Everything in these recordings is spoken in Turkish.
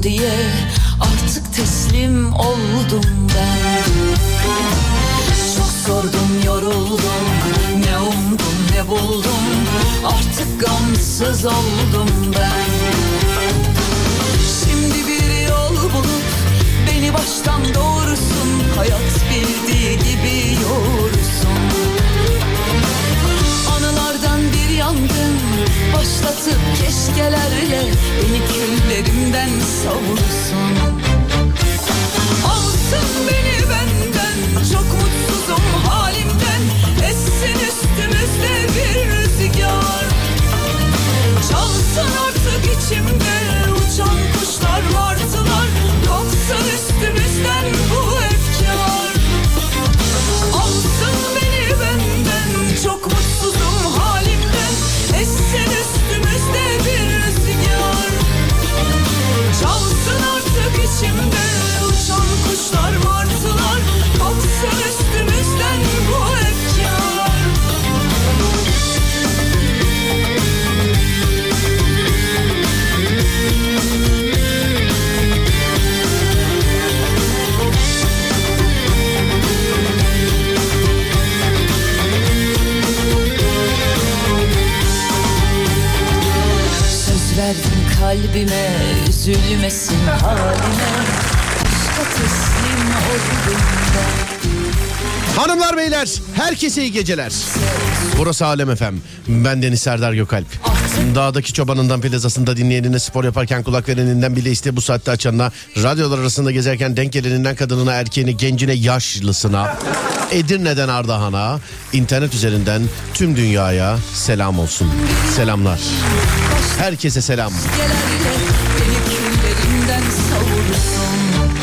diye artık teslim oldum ben. Çok sordum, yoruldum, ne umdum ne buldum, artık gamsız oldum ben. Şimdi bir yol bulup beni baştan doğursun, hayat bildiği gibi yoğursun. Anılardan bir yangın başlatıp keşkelerle beni küllerimden savursun. Alsın beni benden, çok mutsuzum halimden, essin üstümüzde bir rüzgar. Çalsın artık içimde uçan kuşlar, martılar, koksun üstümüzden bu efkar. Alsın beni benden, çok mutsuzum halimden, essin üstümüzde bir rüzgar. Çalsın artık içimde uçan kuşlar, martılar, koksun üstümüzden bu efkar. Söz verdim kalbime, üzülmesin halime, aşka teslim oldum ben. Hanımlar beyler, herkese iyi geceler. Burası Alem FM. Ben Deniz Serdar Gökalp. Dağdaki çobanından plazasında dinleyenine, spor yaparken kulak vereninden, bile iste bu saatte açanına, radyolar arasında gezerken denk geleninden kadınına, erkeğine, gencine, yaşlısına, Edirne'den Ardahan'a, internet üzerinden tüm dünyaya selam olsun. Selamlar. Herkese selam. Beni küllerimden savursun.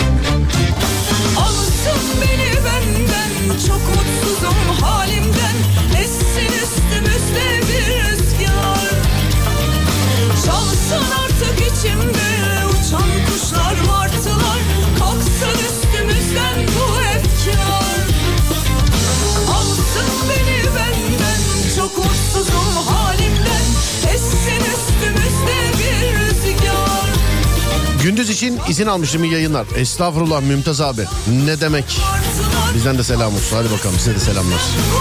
Alsın beni benden, çok mutsuzum halimden, essin üstümüzde bir rüzgar. Çalsın artık içimde uçan kuşlar, martılar, kalksın üstümüzden bu efkar. Alsın beni benden, çok mutsuzum halimden, essin üstümüzde bir rüzgar. Gündüz için izin almışım, iyi yayınlar. Estağfurullah Mümtaz abi. Ne demek? Bizden de selam olsun. Hadi bakalım, size de selamlar.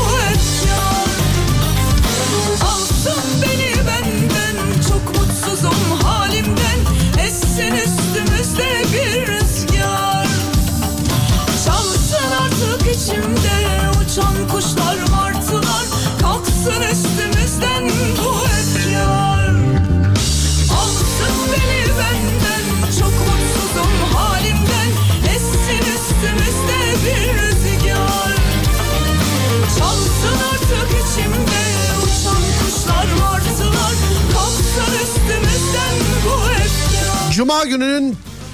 Alsın beni benden, çok mutsuzum halimden, essin üstümüzde bir rüzgar. Çalsın artık içimde uçan kuşlar, martılar, kalksın üstümüzden bu efkar. Alsın beni benden, çok mutsuzum halimden, essin üstümüzde bir rüzgar. Çalsın artık içimde uçan kuşlar, martılar, kalksın üstümüzden bu efkar. Cuma gününün...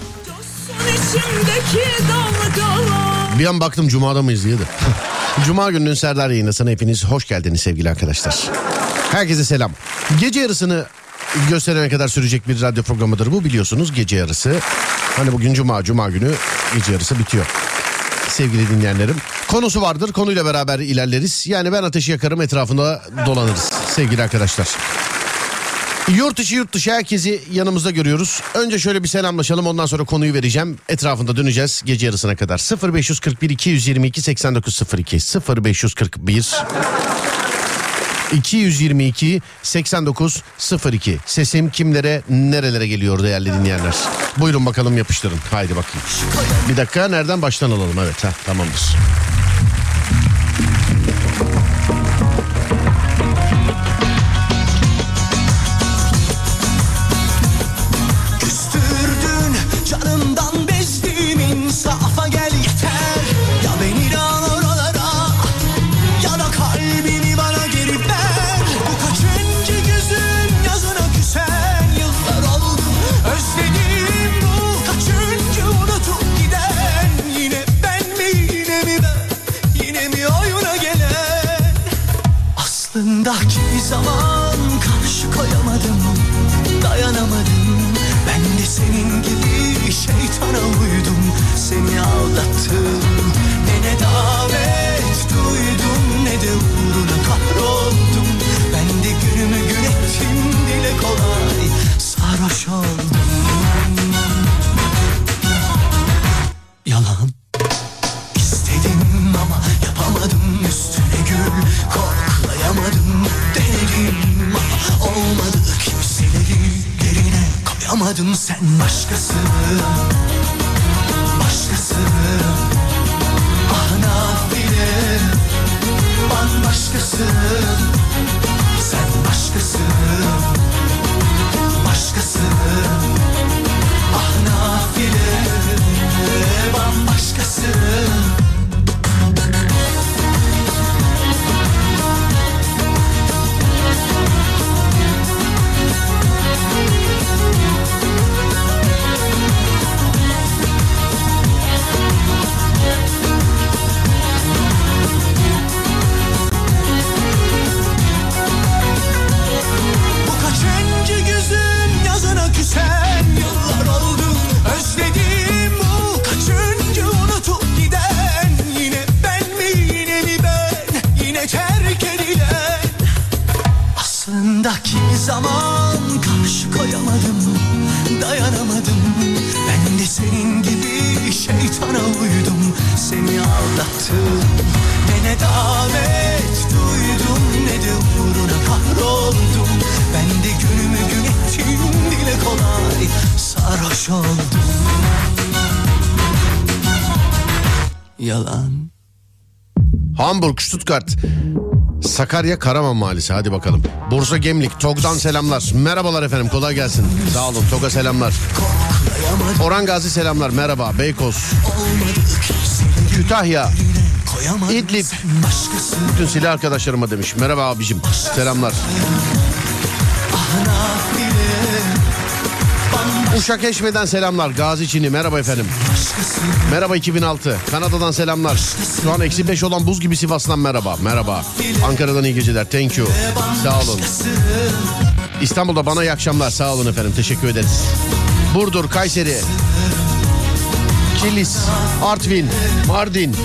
Bir an baktım Cuma'da mıyız diye de. Cuma gününün Serdar yayınlasına hepiniz hoş geldiniz sevgili arkadaşlar. Herkese selam. Gece yarısını gösterene kadar sürecek bir radyo programıdır bu, biliyorsunuz, gece yarısı. Hani bugün Cuma günü gece yarısı bitiyor. Sevgili dinleyenlerim, konusu vardır, konuyla beraber ilerleriz. Yani ben ateşi yakarım, etrafında dolanırız sevgili arkadaşlar. Yurt içi yurt dışı herkesi yanımızda görüyoruz. Önce şöyle bir selamlaşalım, ondan sonra konuyu vereceğim. Etrafında döneceğiz gece yarısına kadar. 0541 222 8902 0541 222 8902. Sesim kimlere, nerelere geliyor değerli dinleyenler? Buyurun bakalım, yapıştırın. Haydi bakayım. Bir dakika, nereden baştan alalım? Evet, tamamdır. Aslındaki zaman karşı koyamadım, dayanamadım. Ben de senin gibi şeytana uydum, seni aldattım. Ne davet duydum, ne de uğruna kahroldum. Ben de günümü gün ettim, dile kolay sarhoş oldum. aldattın. Ne davet duydum ne de uğruna kahroldum. Ben de günümü gün ettim dile kolay sarhoş oldum. Yalan. Hamburg, Stuttgart, Sakarya, Karaman Mahallesi. Hadi bakalım. Bursa, Gemlik, TOG'dan selamlar. Merhabalar efendim, kolay gelsin. Sağ olun, TOG'a selamlar. Orhan Gazi selamlar, merhaba. Beykoz, Kütahya, İdlib, bütün silah arkadaşlarıma demiş. Merhaba abicim, selamlar. Uşak Eşme'den selamlar. Gazi Çin'i, merhaba efendim. Merhaba 2006. Kanada'dan selamlar. Şu an -5 olan buz gibi Sivas'tan merhaba. Merhaba. Ankara'dan iyi geceler. Thank you. Sağ olun. İstanbul'da bana iyi akşamlar. Sağ olun efendim. Teşekkür ederiz. Burdur, Kayseri, Kilis, Artvin, Mardin,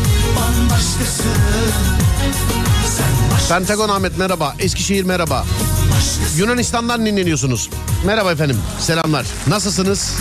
Pentagon Ahmet merhaba. Eskişehir merhaba. Yunanistan'dan dinleniyorsunuz. Merhaba efendim. Selamlar. Nasılsınız?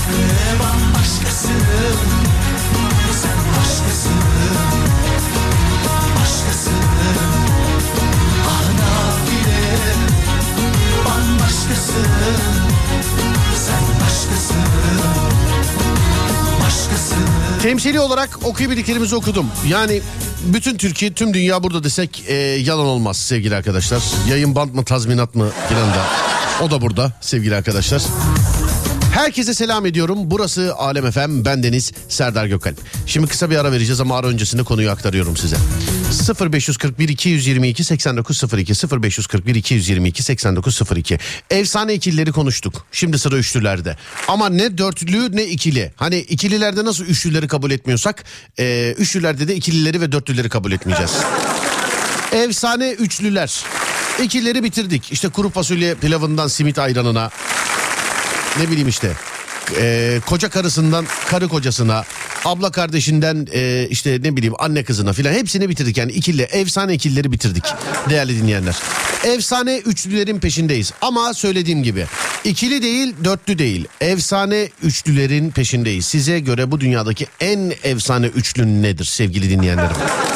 Temsili olarak okuyabildiklerimizi okudum. Yani bütün Türkiye, tüm dünya burada desek yalan olmaz sevgili arkadaşlar. Yayın bant mı, tazminat mı filan da. O da burada sevgili arkadaşlar. Herkese selam ediyorum. Burası Alem FM. Bendeniz Serdar Gökalp. Şimdi kısa bir ara vereceğiz ama ara öncesinde konuyu aktarıyorum size. 0541 222 8902 0541 222 8902. Efsane ikilileri konuştuk. Şimdi sıra üçlülerde. Ama ne dörtlü ne ikili. Hani ikililerde nasıl üçlüleri kabul etmiyorsak üçlülerde de ikilileri ve dörtlüleri kabul etmeyeceğiz. Efsane üçlüler. İkilileri bitirdik. İşte kuru fasulye pilavından simit ayranına. Ne bileyim işte koca karısından karı kocasına, abla kardeşinden işte ne bileyim anne kızına filan hepsini bitirdik. Yani ikili, efsane ikilileri bitirdik değerli dinleyenler. Efsane üçlülerin peşindeyiz ama söylediğim gibi ikili değil, dörtlü değil, efsane üçlülerin peşindeyiz. Size göre bu dünyadaki en efsane üçlü nedir sevgili dinleyenlerim?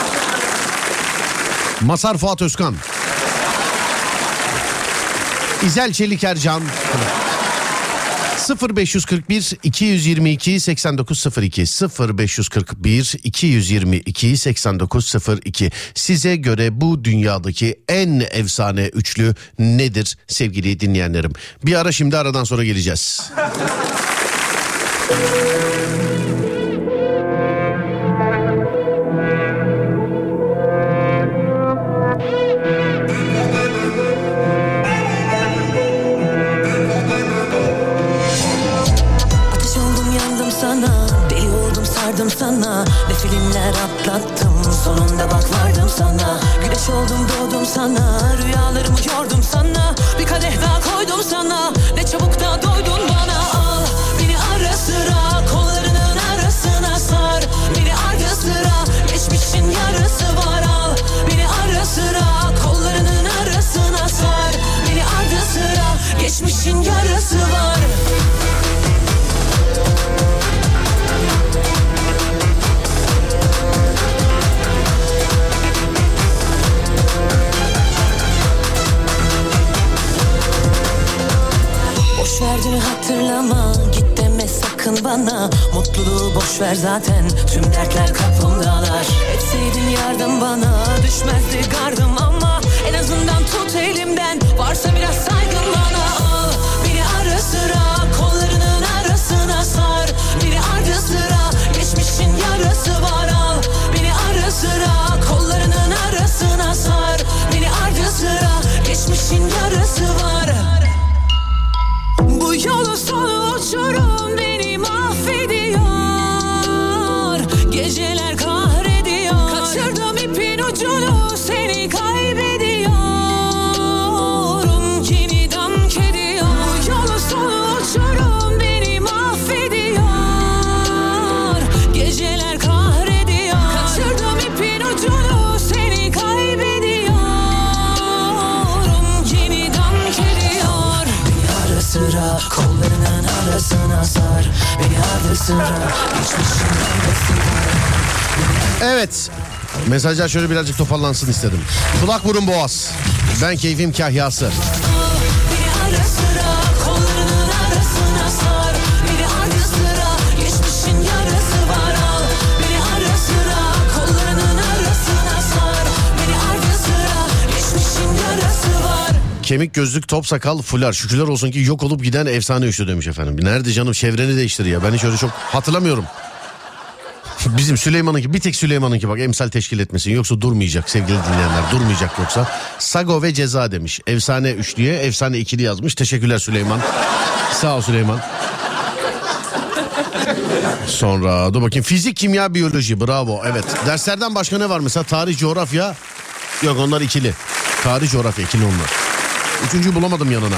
Mazhar Fuat Özkan, İzel Çelik Ercan, 0541 222 8902 0541 222 8902. Size göre bu dünyadaki en efsane üçlü nedir sevgili dinleyenlerim? Bir ara, şimdi aradan sonra geleceğiz. Sana ne filmler atlattım, sonunda bak vardım sana. Güneş oldum doğdum sana, rüyalarımı yordum sana. Bir kadeh daha koydum sana, ne çabuk da doydun bana. Al beni ara sıra, kollarının arasına sar. Beni ardı sıra, geçmişin yarısı var. Al beni ara sıra, kollarının arasına sar. Beni ardı sıra, geçmişin yarısı var. Boş verdiğini hatırlama, git deme sakın bana. Mutluluğu boş ver, zaten tüm dertler kapımdalar. Etseydin yardım bana, düşmezdi gardım ama en azından tut elimden, varsa biraz saygın bana. Al beni ara sıra, kollarının arasına sar. Beni ardı sıra, geçmişin yarısı var. Al beni ara sıra, kollarının arasına sar. Beni ardı sıra, geçmişin yarısı var. Bu yolun sonu uçurum beni mahvediyor. Geceler kahrediyor. Kaçırdım ipin ucunu, seni kaybediyorum. Yeni dank ediyor. Bu yolun sonu uçurum beni mahvediyor. Geceler kahrediyor. Kaçırdım ipin ucunu, seni kaybediyorum. Yeni dank ediyor. Beni ara sıra, kollarının arasına sar. Beni ardı sıra, geçmişin arası var. Evet, Mesajlar şöyle birazcık toparlansın istedim. Kulak burun boğaz. Ben keyfim kahyası. Beni ara sıra kollarının arasına sar. Beni ara sıra geçmişin yarası var al. Beni ara sıra kollarının arasına sar. Beni ara sıra geçmişin yarası var. Kemik gözlük top sakal fular. Şükürler olsun ki yok olup giden efsane üçlü demiş efendim. Nerede canım, çevreni değiştir ya. Ben hiç öyle çok hatırlamıyorum. Bizim Süleyman'ınki, bir tek Süleyman'ınki bak emsal teşkil etmesin. Yoksa durmayacak sevgili dinleyenler, durmayacak yoksa. Sago ve Ceza demiş. Efsane üçlüye efsane ikili yazmış. Teşekkürler Süleyman. Sağ ol Süleyman. Sonra dur bakayım, fizik, kimya, biyoloji, bravo, evet. Derslerden başka ne var mesela? Tarih, coğrafya. Yok, onlar ikili. Tarih, coğrafya ikili onlar. Üçüncüyü bulamadım yanına.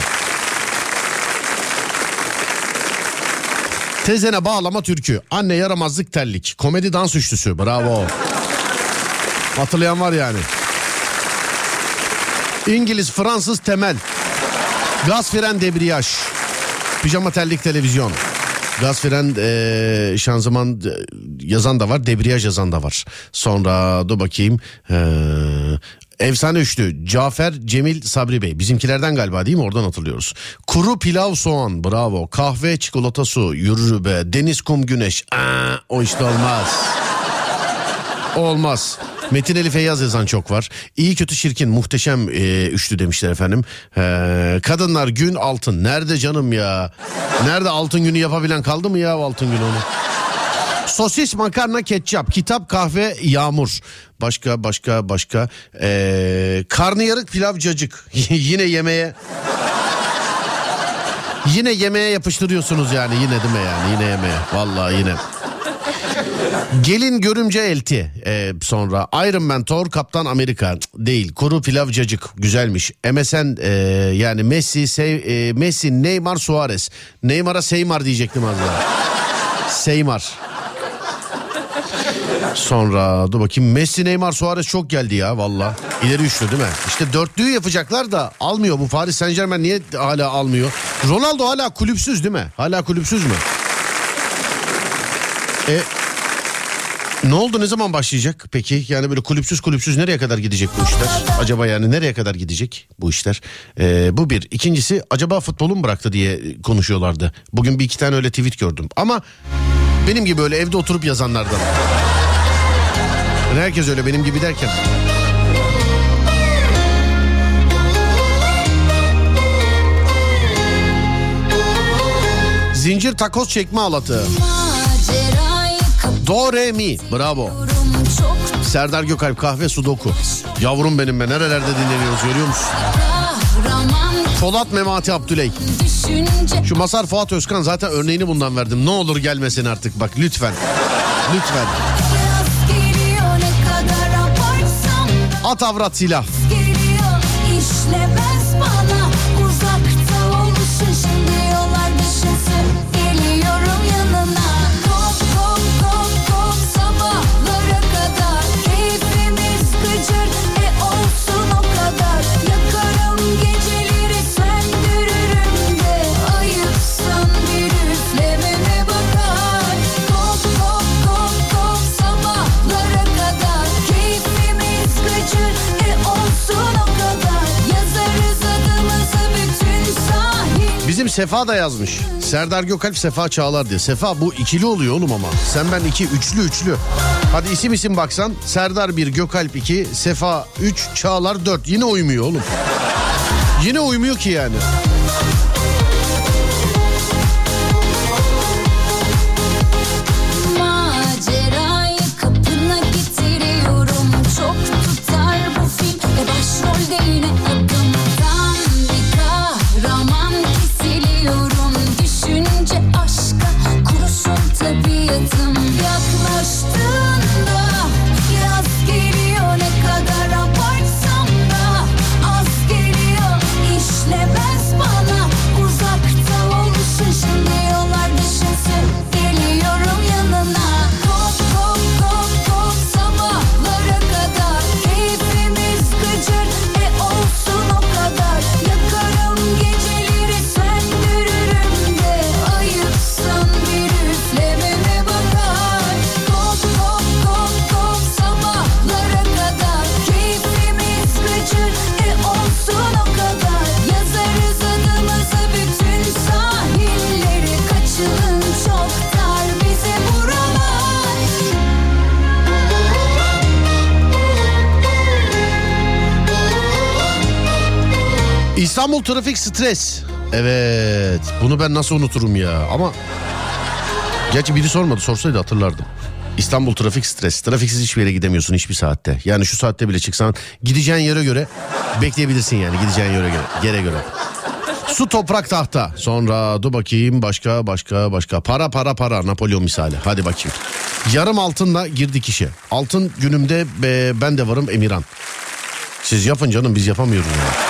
Tezene bağlama türkü. Anne yaramazlık terlik. Komedi dans üçlüsü. Bravo. Hatırlayan var yani. İngiliz, Fransız temel. Gaz fren debriyaj. Pijama terlik televizyon. Gaz fren şanzıman yazan da var. Debriyaj yazan da var. Sonra dur bakayım. Efsane üçlü. Cafer, Cemil, Sabri Bey. Bizimkilerden galiba değil mi? Oradan hatırlıyoruz. Kuru pilav soğan. Bravo. Kahve, çikolata su. Yürü be. Deniz, kum, güneş. O işte olmaz. Olmaz. Metin Ali Feyyaz yazan çok var. İyi kötü çirkin muhteşem üçlü demişler efendim. Kadınlar, gün, altın. Nerede canım ya? Nerede altın günü yapabilen kaldı mı ya altın günü onu? Sosis, makarna, ketçap, kitap, kahve, yağmur. Başka. Karnıyarık, pilav, cacık. Yine yemeğe yapıştırıyorsunuz yani. Yine değil mi yani? Yine yemeğe. Vallahi yine. Gelin, görümce, elti. Sonra Iron Man, Thor, Kaptan Amerika. Değil. Kuru pilav, cacık. Güzelmiş. MSN yani Messi, Neymar, Suarez. Neymar'a Seymar diyecektim az daha. Seymar. Sonra dur bakayım, Messi, Neymar, Suarez çok geldi ya valla. İleri üçlü değil mi? İşte dörtlüyü yapacaklar da almıyor bu Paris Saint-Germain, niye hala almıyor? Ronaldo hala kulüpsüz değil mi? Hala kulüpsüz mü? Ne oldu, ne zaman başlayacak peki? Yani böyle kulüpsüz nereye kadar gidecek bu işler? Acaba yani nereye kadar gidecek bu işler? Bu bir. İkincisi, acaba futbolu mu bıraktı diye konuşuyorlardı. Bugün bir iki tane öyle tweet gördüm. Ama benim gibi öyle evde oturup yazanlardan. Yani herkes öyle benim gibi derken. Zincir, takoz, çekme halatı. Do, re, mi. Bravo. Serdar Gökalp, kahve, sudoku. Yavrum benim be, nerelerde dinleniyoruz görüyor musun? Polat, Memati Abdüley. Şu Masar Fuat Özkan, zaten örneğini bundan verdim. Ne olur gelmesin artık bak lütfen. Lütfen. At, avrat, silah. Bizim Sefa da yazmış. Serdar Gökalp, Sefa Çağlar diye. Sefa bu ikili oluyor oğlum ama. Sen ben iki, üçlü. Hadi isim baksan. Serdar 1, Gökalp 2, Sefa 3, Çağlar 4. Yine uymuyor oğlum. Yine uymuyor ki yani. Bas İstanbul trafik stres. Evet, bunu ben nasıl unuturum ya, ama gerçi biri sormadı, sorsaydı hatırlardım. İstanbul trafik stres. Trafiksiz hiçbir yere gidemiyorsun hiçbir saatte. Yani şu saatte bile çıksan gideceğin yere göre bekleyebilirsin yani, gideceğin yere göre. Su toprak tahta. Sonra dur bakayım, başka. Para Napolyon misali. Hadi bakayım. Yarım altınla girdik işe. Altın günümde ben de varım Emirhan. Siz yapın canım, biz yapamıyoruz yani.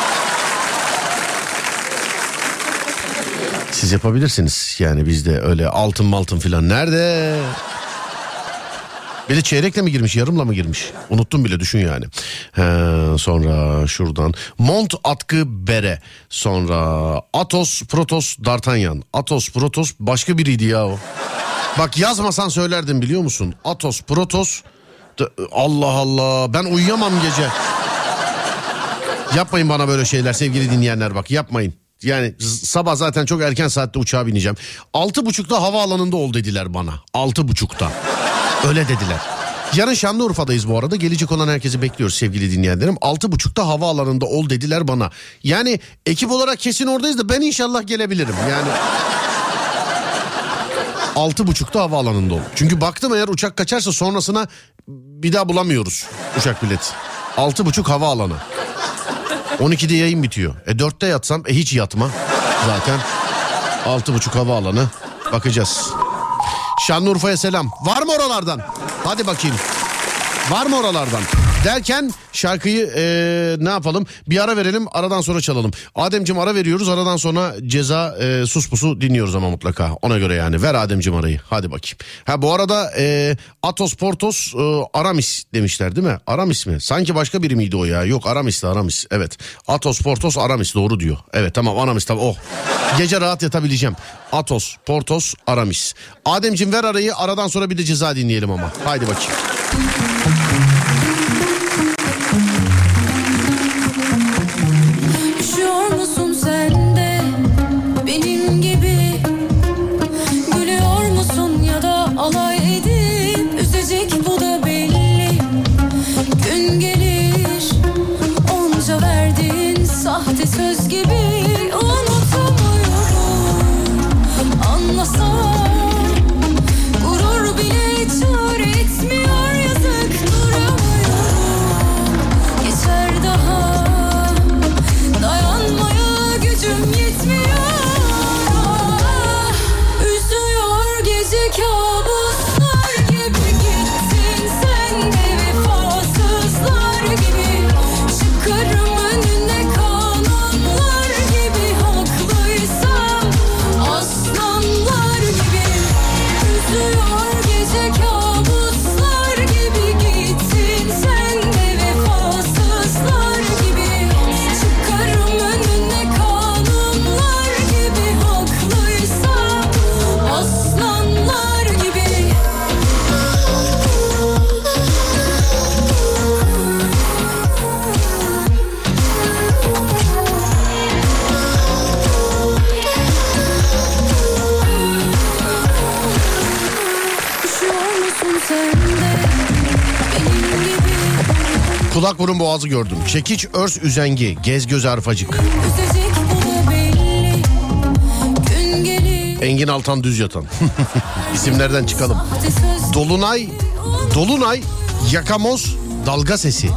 Siz yapabilirsiniz yani, bizde öyle altın filan nerede? Bir de çeyrekle mi girmiş, yarımla mı girmiş? Unuttum bile, düşün yani. Sonra şuradan mont atkı bere. Sonra Atos Protos D'Artagnan. Atos Protos başka biriydi ya o. Bak yazmasan söylerdim, biliyor musun? Atos Protos. Allah Allah, ben uyuyamam gece. Yapmayın bana böyle şeyler sevgili dinleyenler, bak yapmayın. Yani sabah zaten çok erken saatte uçağa bineceğim. 6.30'da havaalanında ol dediler bana. 6.30'da. Öyle dediler. Yarın Şanlıurfa'dayız bu arada. Gelecek olan herkesi bekliyoruz sevgili dinleyenlerim. 6.30'da havaalanında ol dediler bana. Yani ekip olarak kesin oradayız da ben inşallah gelebilirim. Yani 6.30'da havaalanında ol. Çünkü baktım, eğer uçak kaçarsa sonrasına bir daha bulamıyoruz uçak bileti. 6.30 havaalanı. 12'de yayın bitiyor. 4'te yatsam hiç yatma zaten. 6.30 havaalanı, bakacağız. Şanlıurfa'ya selam. Var mı oralardan? Hadi bakayım. Var mı oralardan? Derken şarkıyı ne yapalım? Bir ara verelim, aradan sonra çalalım. Ademciğim ara veriyoruz, aradan sonra Ceza Sus Pus'u dinliyoruz ama mutlaka. Ona göre yani, ver Ademciğim arayı. Hadi bakayım. Ha bu arada Atos Portos Aramis demişler değil mi? Aramis mi? Sanki başka biri miydi o ya? Yok, Aramis'ti, Aramis. Evet. Atos Portos Aramis, doğru diyor. Evet tamam, Aramis, tamam. Oh. Gece rahat yatabileceğim. Atos Portos Aramis. Ademciğim ver arayı, aradan sonra bir de Ceza dinleyelim ama. Haydi bakayım. Söz gibi unutamıyorum. Anlasam gurur bile çare etmiyor, yazık duramıyorum. Geçer daha, dayanmaya gücüm yetmiyor. Üzüyor gece kabuslar gibi, gittin sen de vefasızlar gibi. Çıkarım önüne Kulak burun boğazı gördüm. Çekiç örs üzengi. Gez göz arpacık. Engin Altan düz yatan. İsimlerden çıkalım. Dolunay yakamoz dalga sesi.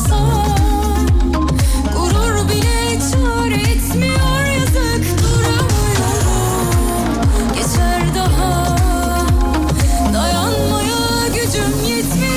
Gurur bile çare etmiyor, yazık duramıyorum. Geçer daha, dayanmaya gücüm yetmiyor.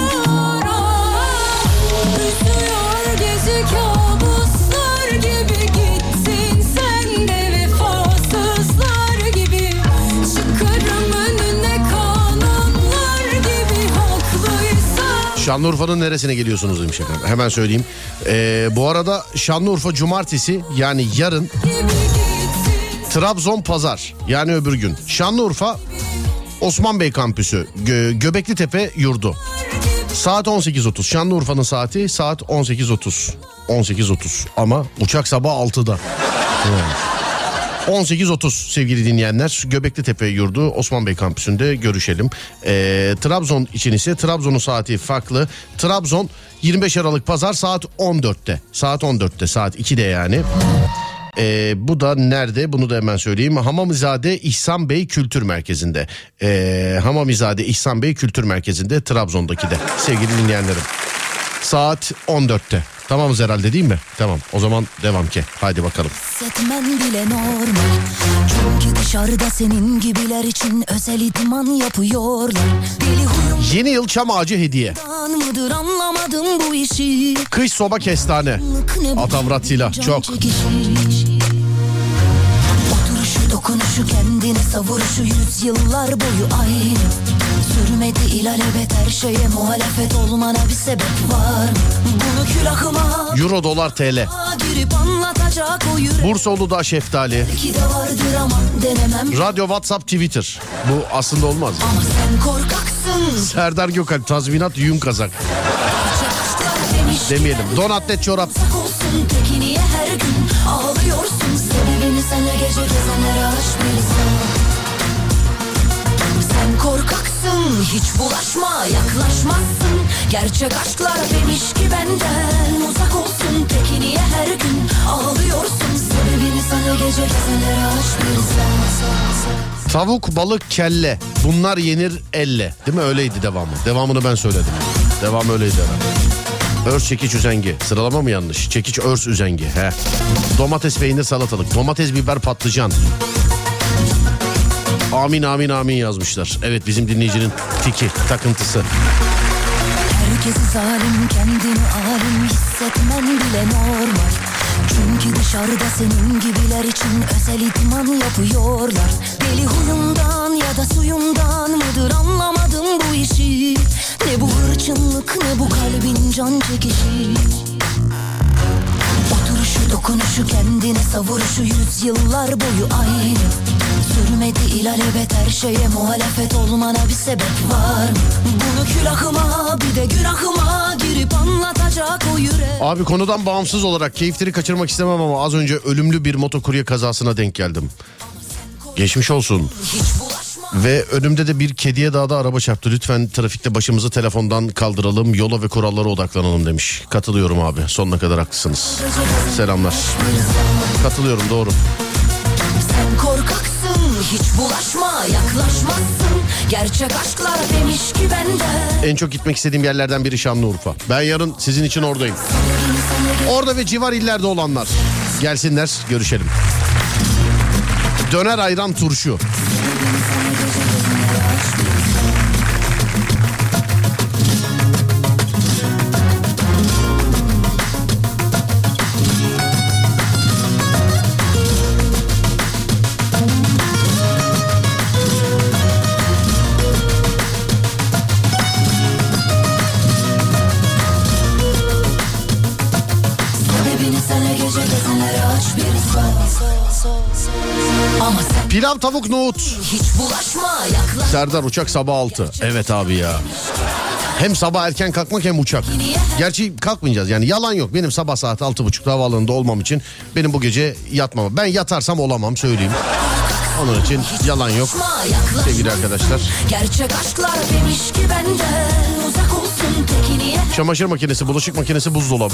Kabuslar gibi, gittin sen de vefasızlar gibi. Çıkarım önüne kanunlar gibi, haklıysa. Şanlıurfa'nın neresine geliyorsunuz demiş efendim. Hemen söyleyeyim. Bu arada Şanlıurfa cumartesi, yani yarın Trabzon pazar, yani öbür gün. Şanlıurfa Osman Bey kampüsü Göbekli Tepe yurdu. Saat 18.30. Şanlıurfa'nın saati saat 18.30. 18.30 ama uçak sabah 6'da. 18.30 sevgili dinleyenler. Göbekli Yurdu Osman Bey kampüsünde görüşelim. Trabzon için ise Trabzon'un saati farklı. Trabzon 25 Aralık Pazar saat 14'te. Saat 14'te, saat 2'de yani. Bu da nerede? Bunu da hemen söyleyeyim. Hamamizade İhsan Bey Kültür Merkezi'nde. Hamamizade İhsan Bey Kültür Merkezi'nde, Trabzon'daki de sevgili dinleyenlerim. Saat 14'te. Tamamız herhalde değil mi? Tamam, o zaman devam ki. Haydi bakalım. Hissetmen bile normal. Çünkü dışarıda senin gibiler için özel idman yapıyorlar. Deli huyum. Yeni yıl çam ağacı hediye. Mıdır anlamadım bu işi. Kış soba kestane. Atavratıyla çok. Oturuşu, dokunuşu, kendini savuruşu yüzyıllar boyu aynı. Sürmedi ilalebet, her şeye muhalefet olmana bir sebep var. Bunu külahıma Euro, dolar, TL. girip anlatacak o yürek. Bursa Uludağ şeftali. Belki de vardır ama denemem. Radyo, WhatsApp, Twitter. Bu aslında olmaz. Ama sen korkaksın. Serdar Gökalp, tazminat, yün kazak. Demeyelim. Don atlet çorap. Olsun, peki niye her gün ağlıyorsun? Sebebini senle gece gezenlere aç bilsen. Sen korkaksın, hiç bulaşma, yaklaşmazsın. Gerçek aşklar demiş ki benden uzak olsun. Peki niye her gün ağlıyorsun? Sebebini senle gece gezenlere aç bilsen. Tavuk, balık, kelle. Bunlar yenir elle. Değil mi? Öyleydi devamı. Devamını ben söyledim. Devam öyleydi herhalde. Örs, çekiç, üzengi. Sıralama mı yanlış? Çekiç, örs, üzengi. He. Domates, peynir, salatalık. Domates, biber, patlıcan. Amin amin amin yazmışlar. Evet, bizim dinleyicinin tiki, takıntısı. Herkesi zalim, kendini alim hissetmen bile normal. Çünkü dışarıda senin gibiler için özel idman yapıyorlar. Deli huyumdan ya da suyumdan mıdır anlamadım bu işi. Ne bu hırçınlık, ne bu kalbin can çekişi. Oturuşu, dokunuşu, kendini savuruşu yüzyıllar boyu aynı. Sürmedi ilalebet, her şeye muhalefet olmana bir sebep var. Bunu külahıma bir de günahıma girip anlatacak o yürek. Abi, konudan bağımsız olarak keyifleri kaçırmak istemem ama az önce ölümlü bir motokurye kazasına denk geldim. Geçmiş olsun. Ve önümde de bir kediye dağda araba çarptı. Lütfen trafikte başımızı telefondan kaldıralım, yola ve kurallara odaklanalım demiş. Katılıyorum abi, sonuna kadar haklısınız. Selamlar. Katılıyorum, doğru. Sen korkaksın, hiç bulaşma, yaklaşmazsın. Gerçek aşklar demiş ki benden. En çok gitmek istediğim yerlerden biri Şanlıurfa. Ben yarın sizin için oradayım. Orada ve civar illerde olanlar gelsinler, görüşelim. Döner, ayran, turşu. Pilav, tavuk, nohut. Hiç bulaşma, yaklaş. Serdar, uçak sabah 6. Evet abi ya. Hem sabah erken kalkmak hem uçak. Gerçi kalkmayacağız yani, yalan yok. Benim sabah saat 6.30'da havaalanında olmam için benim bu gece yatmam. Ben yatarsam olamam, söyleyeyim. Onun için yalan yok sevgili arkadaşlar. Gerçek aşklar demiş ki benden uzak olsun. Peki niye? Çamaşır makinesi, bulaşık makinesi, buzdolabı.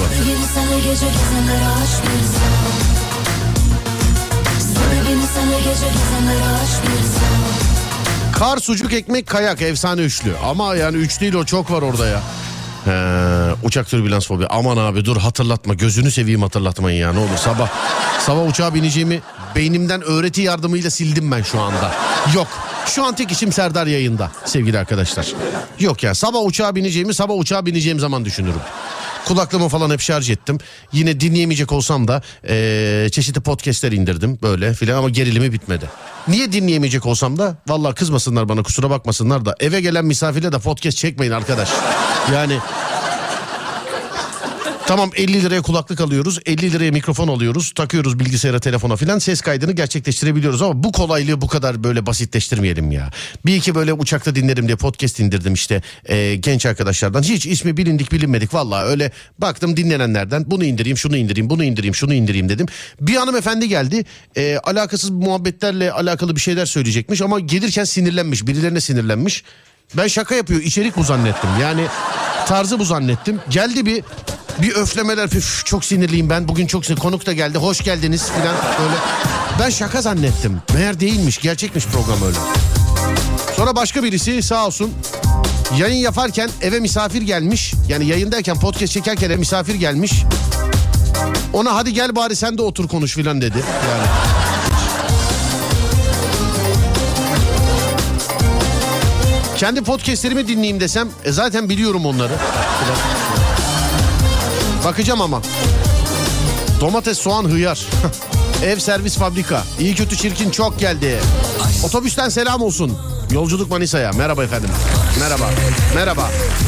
Kar, sucuk, ekmek, kayak, efsane üçlü. Ama yani üç değil o, çok var orada ya. Uçak türbülans fobi. Aman abi dur, hatırlatma, gözünü seveyim, hatırlatmayın ya, ne olur. Sabah uçağa bineceğimi beynimden öğreti yardımıyla sildim ben şu anda. Yok, şu an tek işim Serdar yayında sevgili arkadaşlar. Yok ya, sabah uçağa bineceğim zaman düşünürüm. Kulaklığımı falan hep şarj ettim. Yine dinleyemeyecek olsam da çeşitli podcastler indirdim böyle filan, ama gerilimi bitmedi. Niye dinleyemeyecek olsam da, vallahi kızmasınlar bana, kusura bakmasınlar da, eve gelen misafirle de podcast çekmeyin arkadaş. Yani Tamam, 50 liraya kulaklık alıyoruz, 50 liraya mikrofon alıyoruz, takıyoruz bilgisayara, telefona filan, ses kaydını gerçekleştirebiliyoruz ama bu kolaylığı bu kadar böyle basitleştirmeyelim ya. Bir iki böyle uçakta dinlerim diye podcast indirdim işte genç arkadaşlardan, hiç ismi bilindik bilinmedik, vallahi öyle baktım dinlenenlerden, bunu indireyim, şunu indireyim, bunu indireyim, şunu indireyim dedim. Bir hanımefendi geldi, alakasız muhabbetlerle alakalı bir şeyler söyleyecekmiş ama gelirken sinirlenmiş, birilerine sinirlenmiş. Ben şaka yapıyor, içerik bu zannettim. Yani tarzı bu zannettim. Geldi bir öflemeler, çok sinirliyim ben. Bugün çok sinirliyim. Konuk da geldi, hoş geldiniz falan böyle. Ben şaka zannettim. Meğer değilmiş, gerçekmiş program öyle. Sonra başka birisi sağ olsun yayın yaparken eve misafir gelmiş. Yani yayındayken, podcast çekerken eve misafir gelmiş. Ona hadi gel bari sen de otur konuş falan dedi. Yani... Kendi podcastlerimi dinleyeyim desem zaten biliyorum onları. Bakacağım ama. Domates, soğan, hıyar. Ev, servis, fabrika. İyi kötü çirkin çok geldi. Otobüsten selam olsun. Yolculuk Manisa'ya. Merhaba efendim. Merhaba. Merhaba.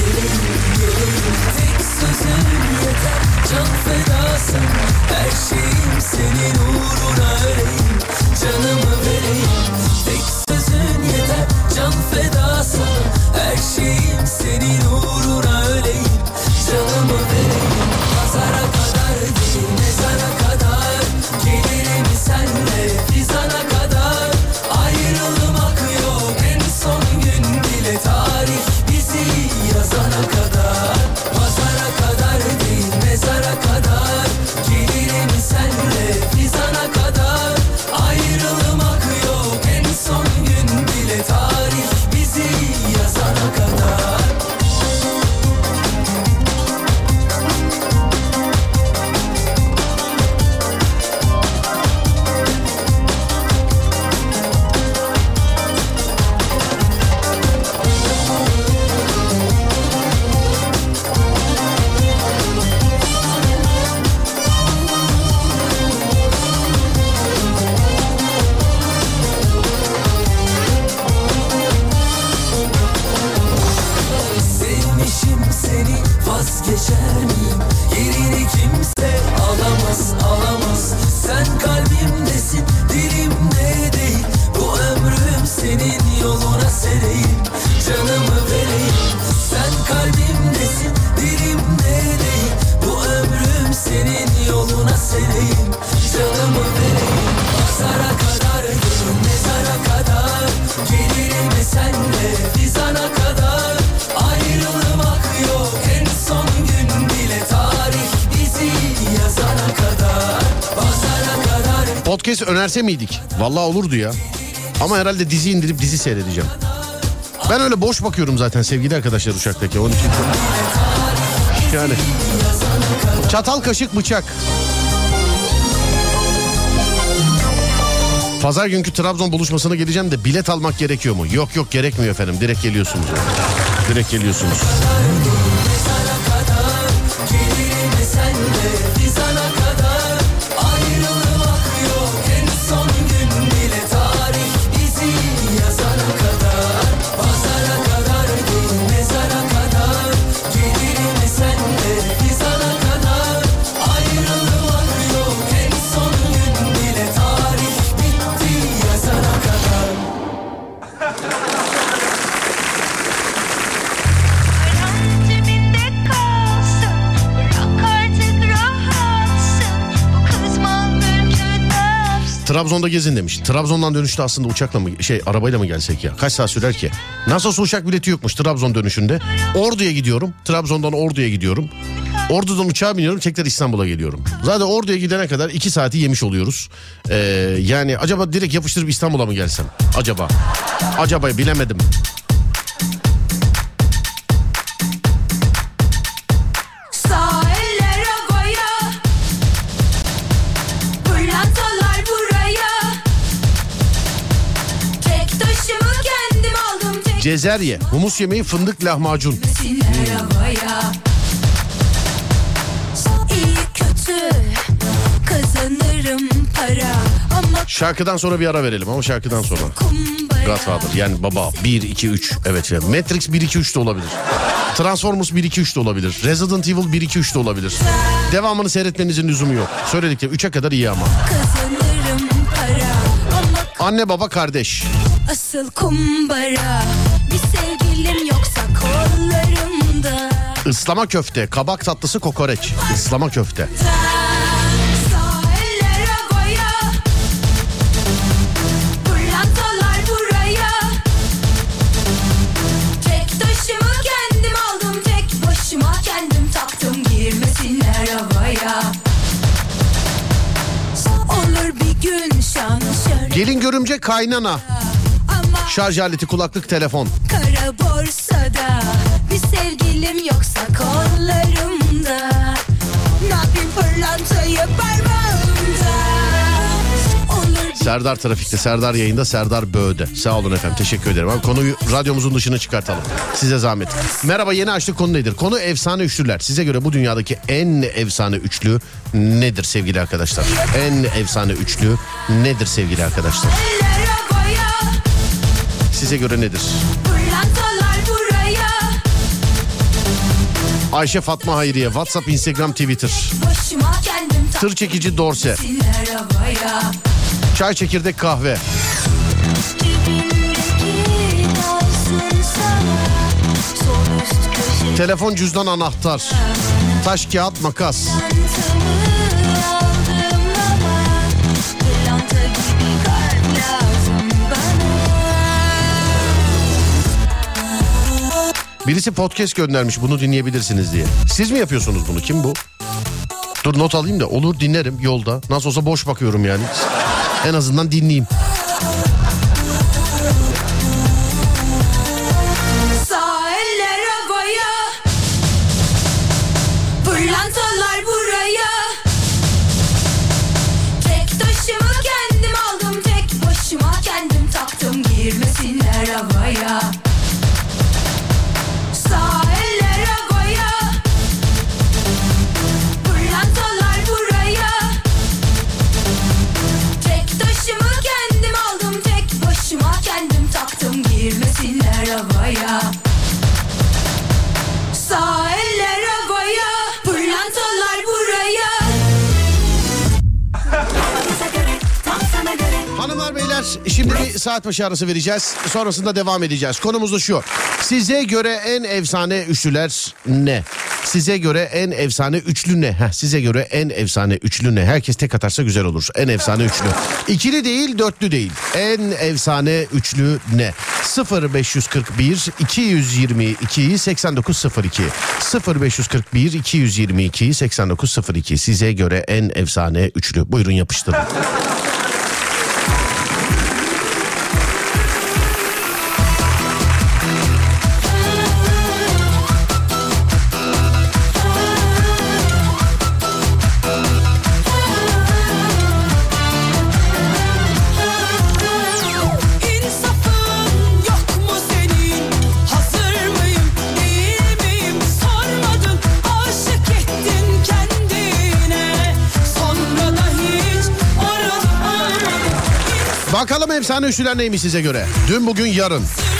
Can fedasın, her şeyim senin uğruna öleyim, canımı vereyim, tek sözün yeter. Can fedasın, her şeyim senin uğruna öleyim, canımı vereyim. Pazara kadar değil, mezara kadar, gelirim senle fizana kadar. Ayrılmak yok, en son gün bile tarih bizi yazana kadar. Pazara kadar değil, mezara kadar, gelirim senle fizana kadar. Ayrılmak yok, en son gün bile tarih bizi yazana kadar. Vazgeçer miyim? Yerini kimse alamaz, alamaz. Sen kalbimdesin, dilimde değil. Bu ömrüm senin yoluna sereyim, canımı vereyim. Sen kalbimdesin, dilimde değil. Bu ömrüm senin yoluna sereyim, canımı vereyim. Pazara kadar gelirim, mezara kadar, gelirim senle fizana kadar. Ayrılmak yok, en son gün bile tarih bizi yazana kadar. Pazara kadar. Podcast önerse miydik? Vallahi olurdu ya. Ama herhalde dizi indirip dizi seyredeceğim. Ben öyle boş bakıyorum zaten sevgili arkadaşlar uçaktaki. Onun için yani çatal, kaşık, bıçak. Pazar günkü Trabzon buluşmasına geleceğim de bilet almak gerekiyor mu? Yok yok, gerekmiyor efendim. Direkt geliyorsunuz. Direkt geliyorsunuz. Trabzon'da gezin demiş. Trabzon'dan dönüşte aslında uçakla mı arabayla mı gelsek ya? Kaç saat sürer ki? Nasıl olsa uçak bileti yokmuş Trabzon dönüşünde. Ordu'ya gidiyorum. Trabzon'dan Ordu'ya gidiyorum. Ordu'dan uçağa biniyorum, tekrar İstanbul'a geliyorum. Zaten Ordu'ya gidene kadar 2 saati yemiş oluyoruz. Yani acaba direkt yapıştırıp İstanbul'a mı gelsem? Acaba bilemedim. Cezerye, humus yemeği, fındık, lahmacun. Şarkıdan sonra bir ara verelim ama şarkıdan sonra. Godfather yani baba 1, 2, 3. Evet yani Matrix 1, 2, 3 de olabilir. Transformers 1, 2, 3 de olabilir. Resident Evil 1, 2, 3 de olabilir. Devamını seyretmenizin lüzumu yok. Söylediklerim 3'e kadar iyi ama. Anne baba kardeş. Asıl kumbara bir sevgilim yoksa kollarımda. Islama köfte, kabak tatlısı, kokoreç. Islama köfte. Gelin görümce kaynana. Şarj aleti, kulaklık, telefon. Kara borsada bir sevgilim yoksa kollarımda. Ne yapayım pırlantayı parmağımda. Serdar trafikte, Serdar yayında, Serdar Böğ'de. Sağ olun efendim, teşekkür ederim. Ama konuyu radyomuzun dışına çıkartalım. Size zahmet. Merhaba, yeni açtık, konu nedir? Konu efsane üçlüler. Size göre bu dünyadaki en efsane üçlü nedir sevgili arkadaşlar? En efsane üçlü nedir sevgili arkadaşlar? Size göre nedir? Ayşe Fatma Hayriye, WhatsApp, Instagram, Twitter. Tır çekici dorse. Çay, çekirdek, kahve. Telefon, cüzdan, anahtar. Taş, kağıt, makas. Birisi podcast göndermiş, bunu dinleyebilirsiniz diye. Siz mi yapıyorsunuz bunu? Kim bu? Dur not alayım da olur, dinlerim yolda. Nasıl olsa boş bakıyorum yani. En azından dinleyeyim. Sağ ellere boya, pırlantalar buraya. Tek taşımı kendim aldım, tek başıma kendim taktım, girmesinler havaya. Sağ ellere boya, pırlantalar buraya. Tek taşımı kendim aldım, tek başıma kendim taktım, girmesinler havaya. Sağ ellere boya, pırlantalar buraya. Hanımlar beyler, şimdi bir saat başı arası vereceğiz. Sonrasında devam edeceğiz. Konumuz da şu. Size göre en efsane üçlüler ne? Size göre en efsane üçlü ne? Size göre en efsane üçlü ne? Herkes tek atarsa güzel olur. En efsane üçlü. İkili değil, dörtlü değil. En efsane üçlü ne? 0541 222 8902 0541 222 8902 Size göre en efsane üçlü. Buyurun yapıştırın. Bakalım efsane üçlüler neymiş size göre? Dün, bugün, yarın.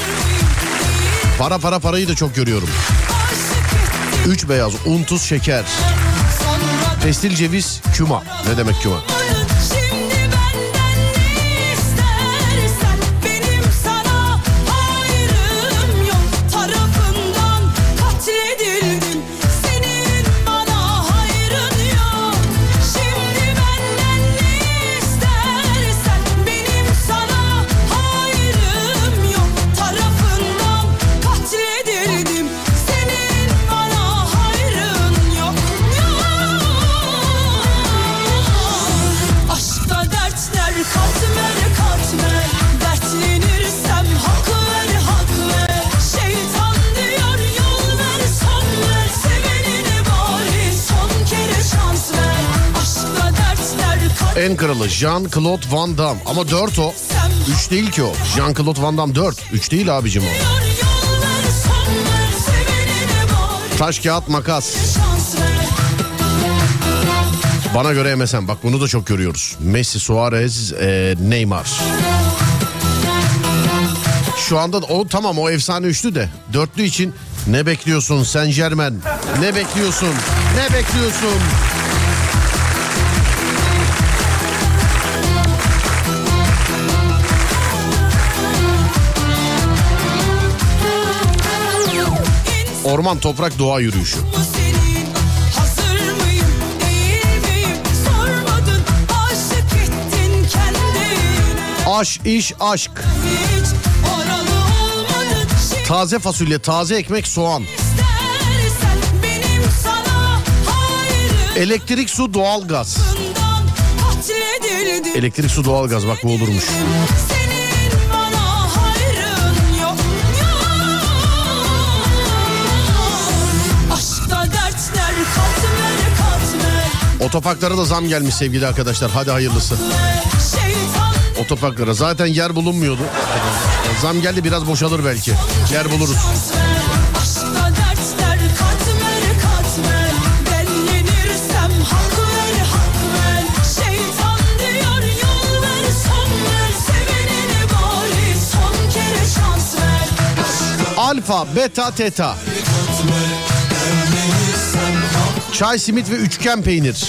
Parayı da çok görüyorum. 3 beyaz, un, tuz, şeker. Pestil, ceviz, küma. Ne demek küma? En kralı Jean-Claude Van Damme. Ama 4 o. 3 değil ki o. Jean-Claude Van Damme 4. 3 değil abicim o. Taş, kağıt, makas. Bana göre MSN. Bak bunu da çok görüyoruz. Messi, Suarez, Neymar. Şu anda o tamam, o efsane üçlü de dörtlü için ne bekliyorsun Saint Germain? Ne bekliyorsun? Ne bekliyorsun? Orman, toprak, doğa yürüyüşü. Aş, iş, aşk. Taze fasulye, taze ekmek, soğan. Elektrik, su, doğalgaz. Elektrik, su, doğalgaz, bak bu olurmuş. Otoparklara da zam gelmiş sevgili arkadaşlar. Hadi hayırlısı. Otoparklara zaten yer bulunmuyordu. Zam geldi, biraz boşalır belki. Yer buluruz. Alfa, beta, teta. Çay, simit ve üçgen peynir.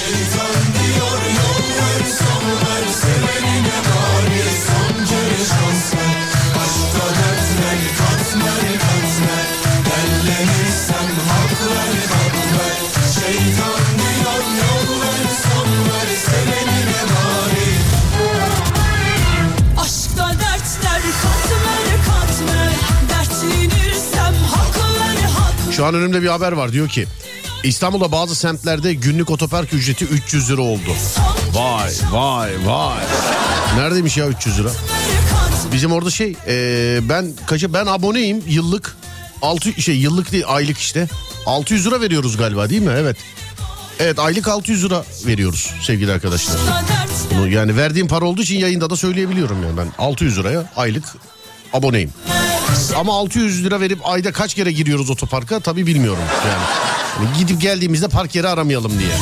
Şu an önümde bir haber var, diyor ki İstanbul'da bazı semtlerde günlük otopark ücreti 300 lira oldu. Vay vay vay. Neredeymiş ya 300 lira? Bizim orada ben aboneyim yıllık. Yıllık değil, aylık işte. 600 lira veriyoruz galiba, değil mi? Evet. Evet, aylık 600 lira veriyoruz sevgili arkadaşlar. Bunu yani verdiğim para olduğu için yayında da söyleyebiliyorum yani, ben 600 liraya aylık aboneyim. Ama 600 lira verip ayda kaç kere giriyoruz otoparka tabii bilmiyorum yani. Yani gidip geldiğimizde park yeri aramayalım diye.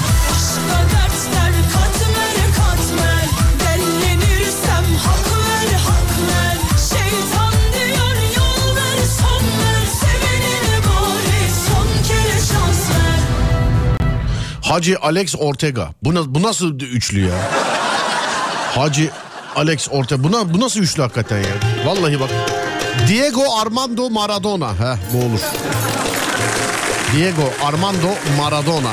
Hacı Alex Ortega. Bu nasıl üçlü ya? Hacı Alex Ortega. Bu nasıl üçlü hakikaten ya? Vallahi bak. Diego Armando Maradona. Bu olur. Diego Armando Maradona.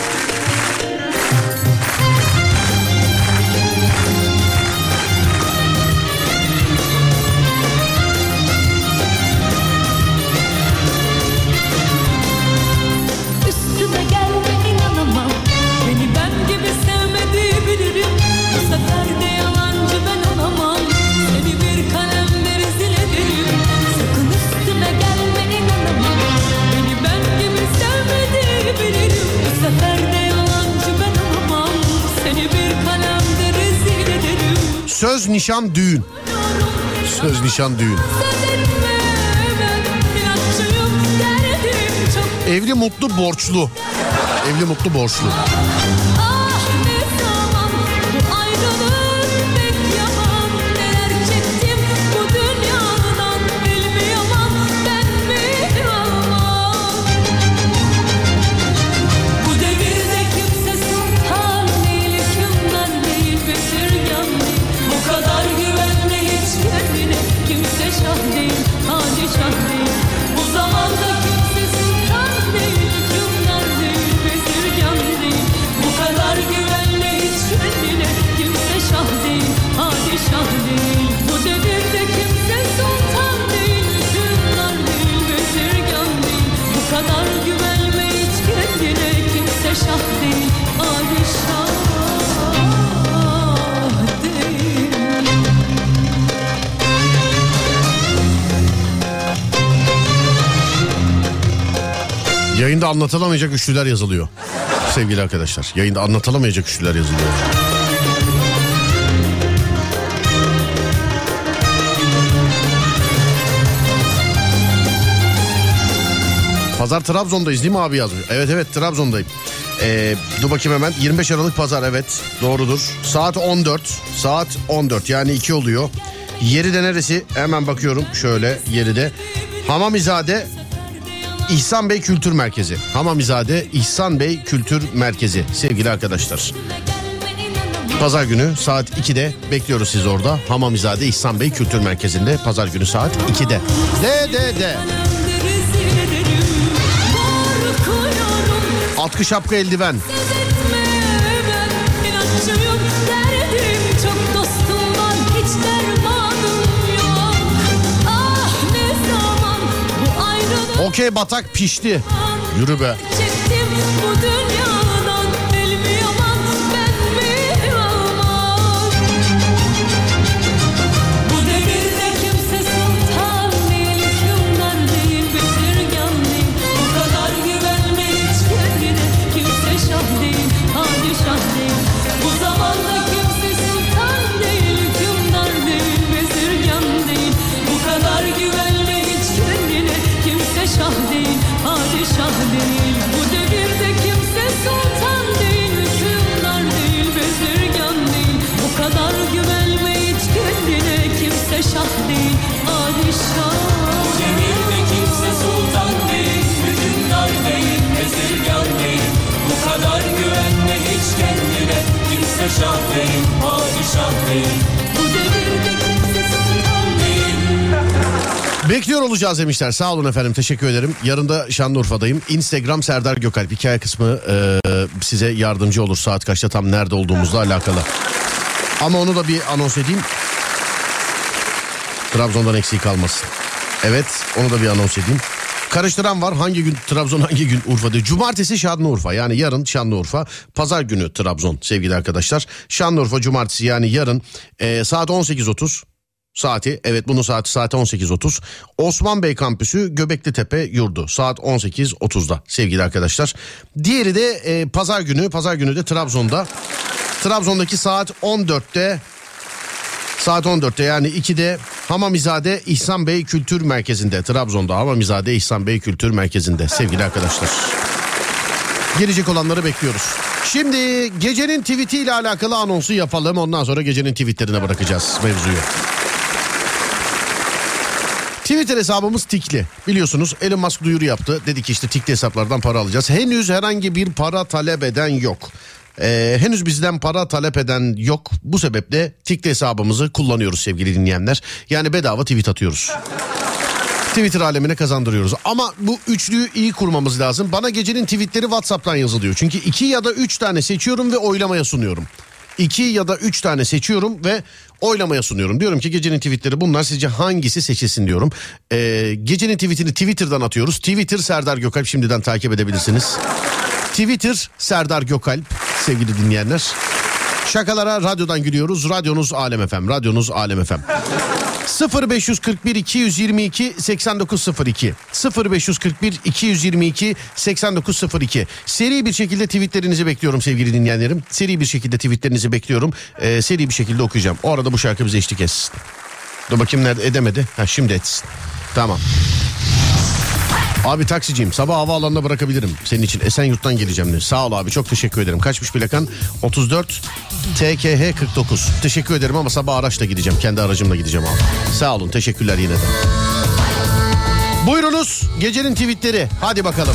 Üstüme gelme inanamam. Beni ben gibi sevmediği bilirim. Bu sefer de yalancı ben olamam. Seni bir kalemle rezil ederim. Sakın üstüme gelme inanamam. Beni ben gibi sevmediği bilirim. Bu sefer de yalancı ben olamam. Seni bir kalemle rezil ederim. Söz, nişan, düğün. Söz, nişan, düğün. Evli, mutlu, borçlu. Evli, mutlu, borçlu. Ah ne zaman bu ayrılık pek yaman. Neler çektim bu dünyadan bilmiyorum ben bilmiyorum. Bu devirde kimse sultan değil, hükümdar değil, bezirgan değil. Bu kadar güvenme hiç kendine, kimse şah değil, padişah değil. Bu zamanda kimse sultan değil, hükümdar değil, bezirgan değil. Bu kadar güvenme hiç kendine, kimse şah değil, padişah değil. Bu devirde kimse sultan değil, hükümdar değil, bezirgan değil. Bu kadar güvenme hiç kendine, kimse şah değil, padişah değil. Yayında anlatılamayacak üçlüler yazılıyor. Sevgili arkadaşlar, yayında anlatılamayacak üçlüler yazılıyor. Pazar Trabzon'dayız değil mi abi yazmış? Evet Trabzon'dayım. Dur bakayım hemen. 25 Aralık Pazar, evet doğrudur. Saat 14 yani 2 oluyor. Yeri de neresi? Hemen bakıyorum şöyle yeri de. Hamamizade İhsan Bey Kültür Merkezi. Hamamizade İhsan Bey Kültür Merkezi sevgili arkadaşlar. Pazar günü saat 2'de bekliyoruz sizi orada. Hamamizade İhsan Bey Kültür Merkezi'nde pazar günü saat 2'de. De. Atkı şapka eldiven. Okey batak pişti. Yürü be. Bekliyor olacağız demişler. Sağ olun efendim, teşekkür ederim. Yarın da Şanlıurfa'dayım. Instagram Serdar Gökalp hikaye kısmı size yardımcı olur saat kaçta tam nerede olduğumuzla alakalı. Ama onu da bir anons edeyim. Trabzon'dan eksiği kalmasın. Evet, onu da bir anons edeyim. Karıştıran var, hangi gün Trabzon hangi gün Urfa diyor. Cumartesi Şanlıurfa, yani yarın Şanlıurfa, pazar günü Trabzon sevgili arkadaşlar. Şanlıurfa cumartesi, yani yarın saat 18.30 saati, evet bunun saati 18.30. Osman Bey Kampüsü Göbeklitepe Yurdu saat 18.30'da sevgili arkadaşlar. Diğeri de pazar günü de Trabzon'daki saat 14'te. Saat 14'te, yani 2'de Hamamizade İhsan Bey Kültür Merkezi'nde, Trabzon'da Hamamizade İhsan Bey Kültür Merkezi'nde sevgili arkadaşlar. Gelecek olanları bekliyoruz. Şimdi gecenin tweet'i ile alakalı anonsu yapalım. Ondan sonra gecenin tweetlerine bırakacağız mevzuyu. Twitter hesabımız tikli. Biliyorsunuz Elon Musk duyuru yaptı. Dedi ki işte tikli hesaplardan para alacağız. Henüz herhangi bir para talep eden yok. Henüz bizden para talep eden yok. Bu sebeple tikli hesabımızı kullanıyoruz sevgili dinleyenler. Yani bedava tweet atıyoruz. Twitter alemine kazandırıyoruz. Ama bu üçlüyü iyi kurmamız lazım. Bana gecenin tweetleri WhatsApp'tan yazılıyor. Çünkü 2 ya da 3 tane seçiyorum ve oylamaya sunuyorum. 2 ya da 3 tane seçiyorum ve oylamaya sunuyorum. Diyorum ki gecenin tweetleri bunlar, sizce hangisi seçilsin diyorum. Gecenin tweetini Twitter'dan atıyoruz. Twitter Serdar Gökalp, şimdiden takip edebilirsiniz. Twitter Serdar Gökalp sevgili dinleyenler. Şakalara radyodan gülüyoruz. Radyonuz Alem FM. Radyonuz Alem FM. 0541 222 8902 0541 222 8902. Seri bir şekilde tweetlerinizi bekliyorum sevgili dinleyenlerim. Seri bir şekilde tweetlerinizi bekliyorum. Seri bir şekilde okuyacağım. O arada bu şarkı bize eşlik etsin. Dur bakayım, nerede edemedi. Şimdi etsin. Tamam. Abi taksiciyim, sabah havaalanına bırakabilirim senin için, Esenyurt'tan geleceğim. Sağ ol abi, çok teşekkür ederim. Kaçmış plakan? 34 TKH 49. Teşekkür ederim ama sabah araçla gideceğim, kendi aracımla gideceğim abi. Sağ olun, teşekkürler yine de. Buyurunuz gecenin tweetleri, hadi bakalım.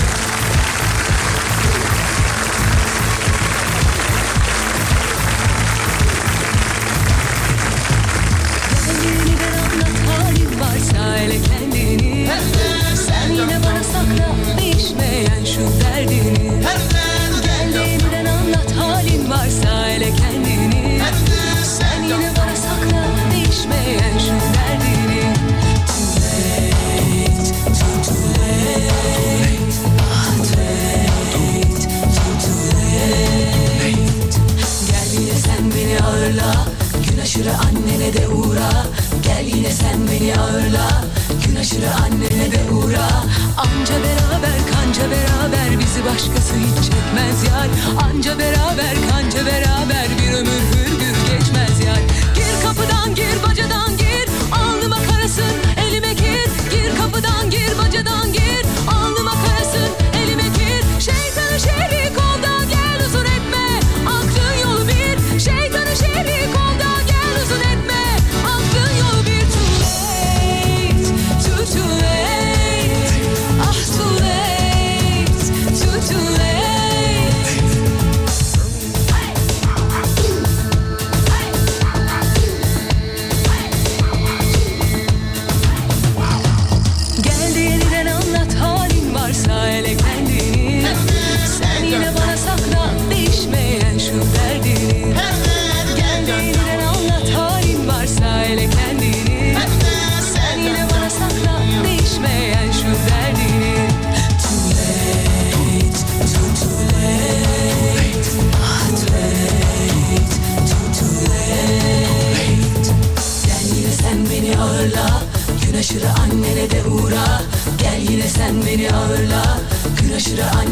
Annene de uğra, gel yine sen beni ağırla. Gün aşırı annene de uğra. Anca beraber kanca beraber, bizi başkası hiç çekmez yar. Anca beraber kanca beraber, bir ömür hürgür geçmez yar. Gir kapıdan gir bacadan gir, alnıma karasın elime gir. Gir kapıdan gir bacadan gir, alnıma karasın elime gir. Şeytanı şerik ol da gel uzun etme, aklın yolu bir. Şeytanı şerik ol da gel uzun etme, aklın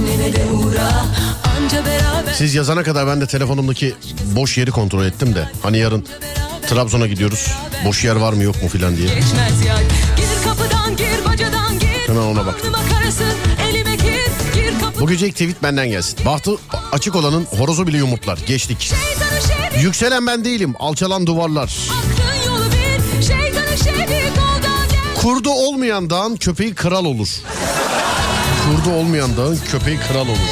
annene de uğra. Anca beraber. Siz yazana kadar ben de telefonumdaki boş yeri kontrol ettim de. Hani yarın Trabzon'a gidiyoruz. Boş yer var mı yok mu filan diye. Geçmez yar. Gir kapıdan gir bacadan gir. Hemen ona baktım. Elime gir, gir Bu gece ilk tweet benden gelsin. Bahtı açık olanın horozu bile yumurtlar. Geçtik. Yükselen ben değilim. Alçalan duvarlar. Kurdu olmayan dağın köpeği kral olur. Kurdu olmayan dağın köpeği kral olur.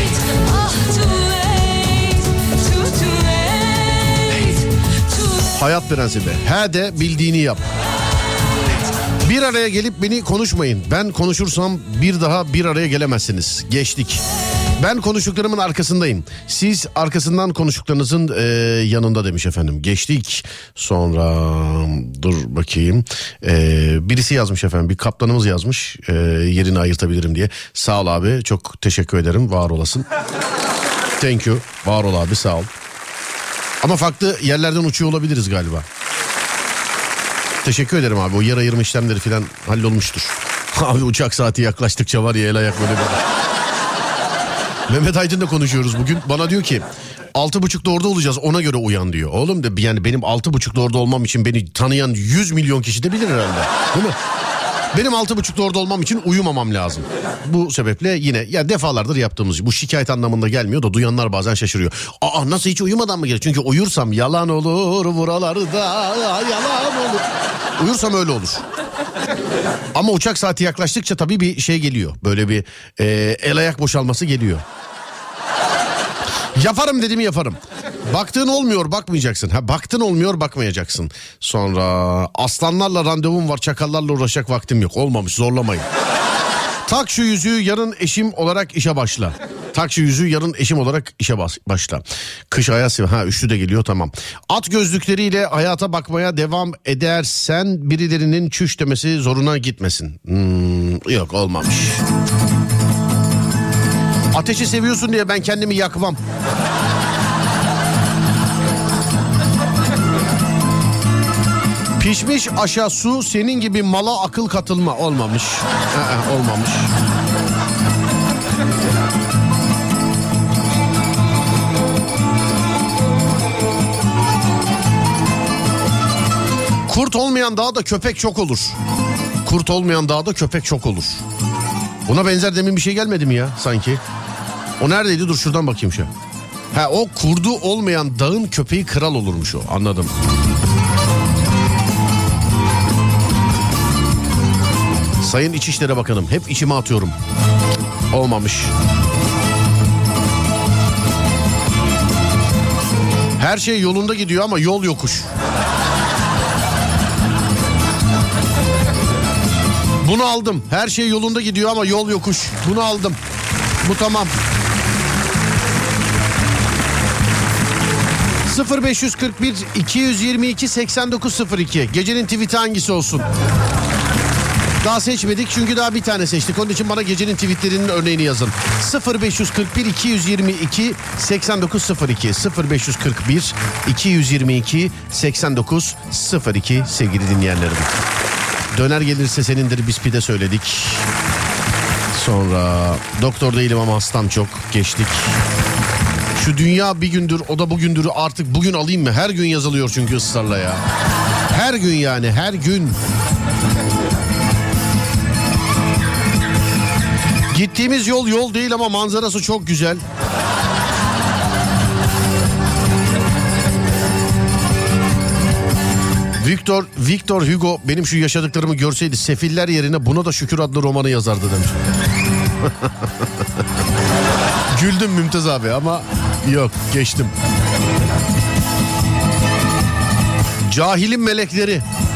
Hayat prensibi. He de bildiğini yap. Bir araya gelip beni konuşmayın. Ben konuşursam bir daha bir araya gelemezsiniz. Geçtik. Ben konuştuklarımın arkasındayım. Siz arkasından konuştuklarınızın yanında demiş efendim. Geçtik. Sonra dur bakayım. Birisi yazmış efendim. Bir kaptanımız yazmış. Yerini ayırtabilirim diye. Sağ ol abi. Çok teşekkür ederim. Var olasın. Thank you. Var ol abi, sağ ol. Ama farklı yerlerden uçuyor olabiliriz galiba. Teşekkür ederim abi. O yer ayırma işlemleri falan hallolmuştur. Abi uçak saati yaklaştıkça var ya, el ayak böyle bir. Mehmet Aydın'la konuşuyoruz bugün. Bana diyor ki 6.30'da orada olacağız, ona göre uyan diyor. Oğlum de yani benim 6.30'da orada olmam için beni tanıyan 100 milyon kişi de bilir herhalde. Değil mi? Benim 6.30'da orada olmam için uyumamam lazım. Bu sebeple yine ya defalardır yaptığımız bu şikayet anlamında gelmiyor da duyanlar bazen şaşırıyor. Aa, nasıl hiç uyumadan mı gelir? Çünkü uyursam yalan olur buralarda, yalan olur. Uyursam öyle olur. Ama uçak saati yaklaştıkça tabii bir şey geliyor. Böyle bir el ayak boşalması geliyor. Yaparım dedim, yaparım. Baktığın olmuyor, bakmayacaksın. Ha, baktın olmuyor, bakmayacaksın. Sonra aslanlarla randevum var, çakallarla uğraşacak vaktim yok. Olmamış, zorlamayın. Tak şu yüzüğü, yarın eşim olarak işe başla. Tak şu yüzüğü, yarın eşim olarak işe başla. Kış ayaz, ha üçlü de geliyor, tamam. At gözlükleriyle hayata bakmaya devam edersen birilerinin çüş demesi zoruna gitmesin. Yok, olmamış. Ateşi seviyorsun diye ben kendimi yakmam. Pişmiş aşağı su, senin gibi mala akıl katılma. Olmamış. Olmamış. Kurt olmayan dağda köpek çok olur. Kurt olmayan dağda köpek çok olur. Buna benzer demin bir şey gelmedi mi ya sanki? O neredeydi? Dur şuradan bakayım şu. Ha, o kurdu olmayan dağın köpeği kral olurmuş o. Anladım. Sayın İçişleri Bakanım, hep içime atıyorum. Olmamış. Her şey yolunda gidiyor ama yol yokuş. Bunu aldım. Her şey yolunda gidiyor ama yol yokuş. Bunu aldım. Bu tamam. 0541 222 8902. Gecenin tweet'i hangisi olsun? Daha seçmedik çünkü daha bir tane seçtik. Onun için bana gecenin tweetlerinin örneğini yazın. 0541 222 8902 0541 222 8902 sevgili dinleyenlerim. Döner gelirse senindir, biz pide söyledik. Sonra doktor değilim ama hastam çok, geçtik. Şu dünya bir gündür, o da bugündür, artık bugün alayım mı? Her gün yazılıyor çünkü ısrarla ya. Her gün yani, her gün. Gittiğimiz yol değil ama manzarası çok güzel. Victor Hugo benim şu yaşadıklarımı görseydi Sefiller yerine Buna da Şükür adlı romanı yazardı demiş. Güldüm Mümtaz abi ama yok, geçtim. Cahilin melekleri.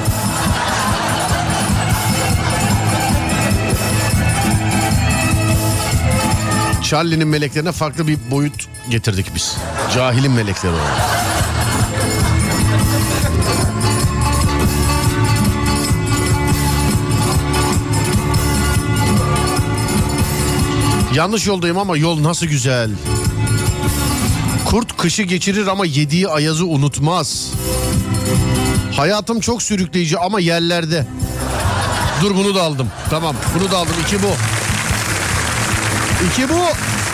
Charlie'nin meleklerine farklı bir boyut getirdik biz. Cahilin melekleri o. Yanlış yoldayım ama yol nasıl güzel. Kurt kışı geçirir ama yediği ayazı unutmaz. Hayatım çok sürükleyici ama yerlerde. Dur bunu da aldım. Tamam, bunu da aldım. 2 bu. İki bu.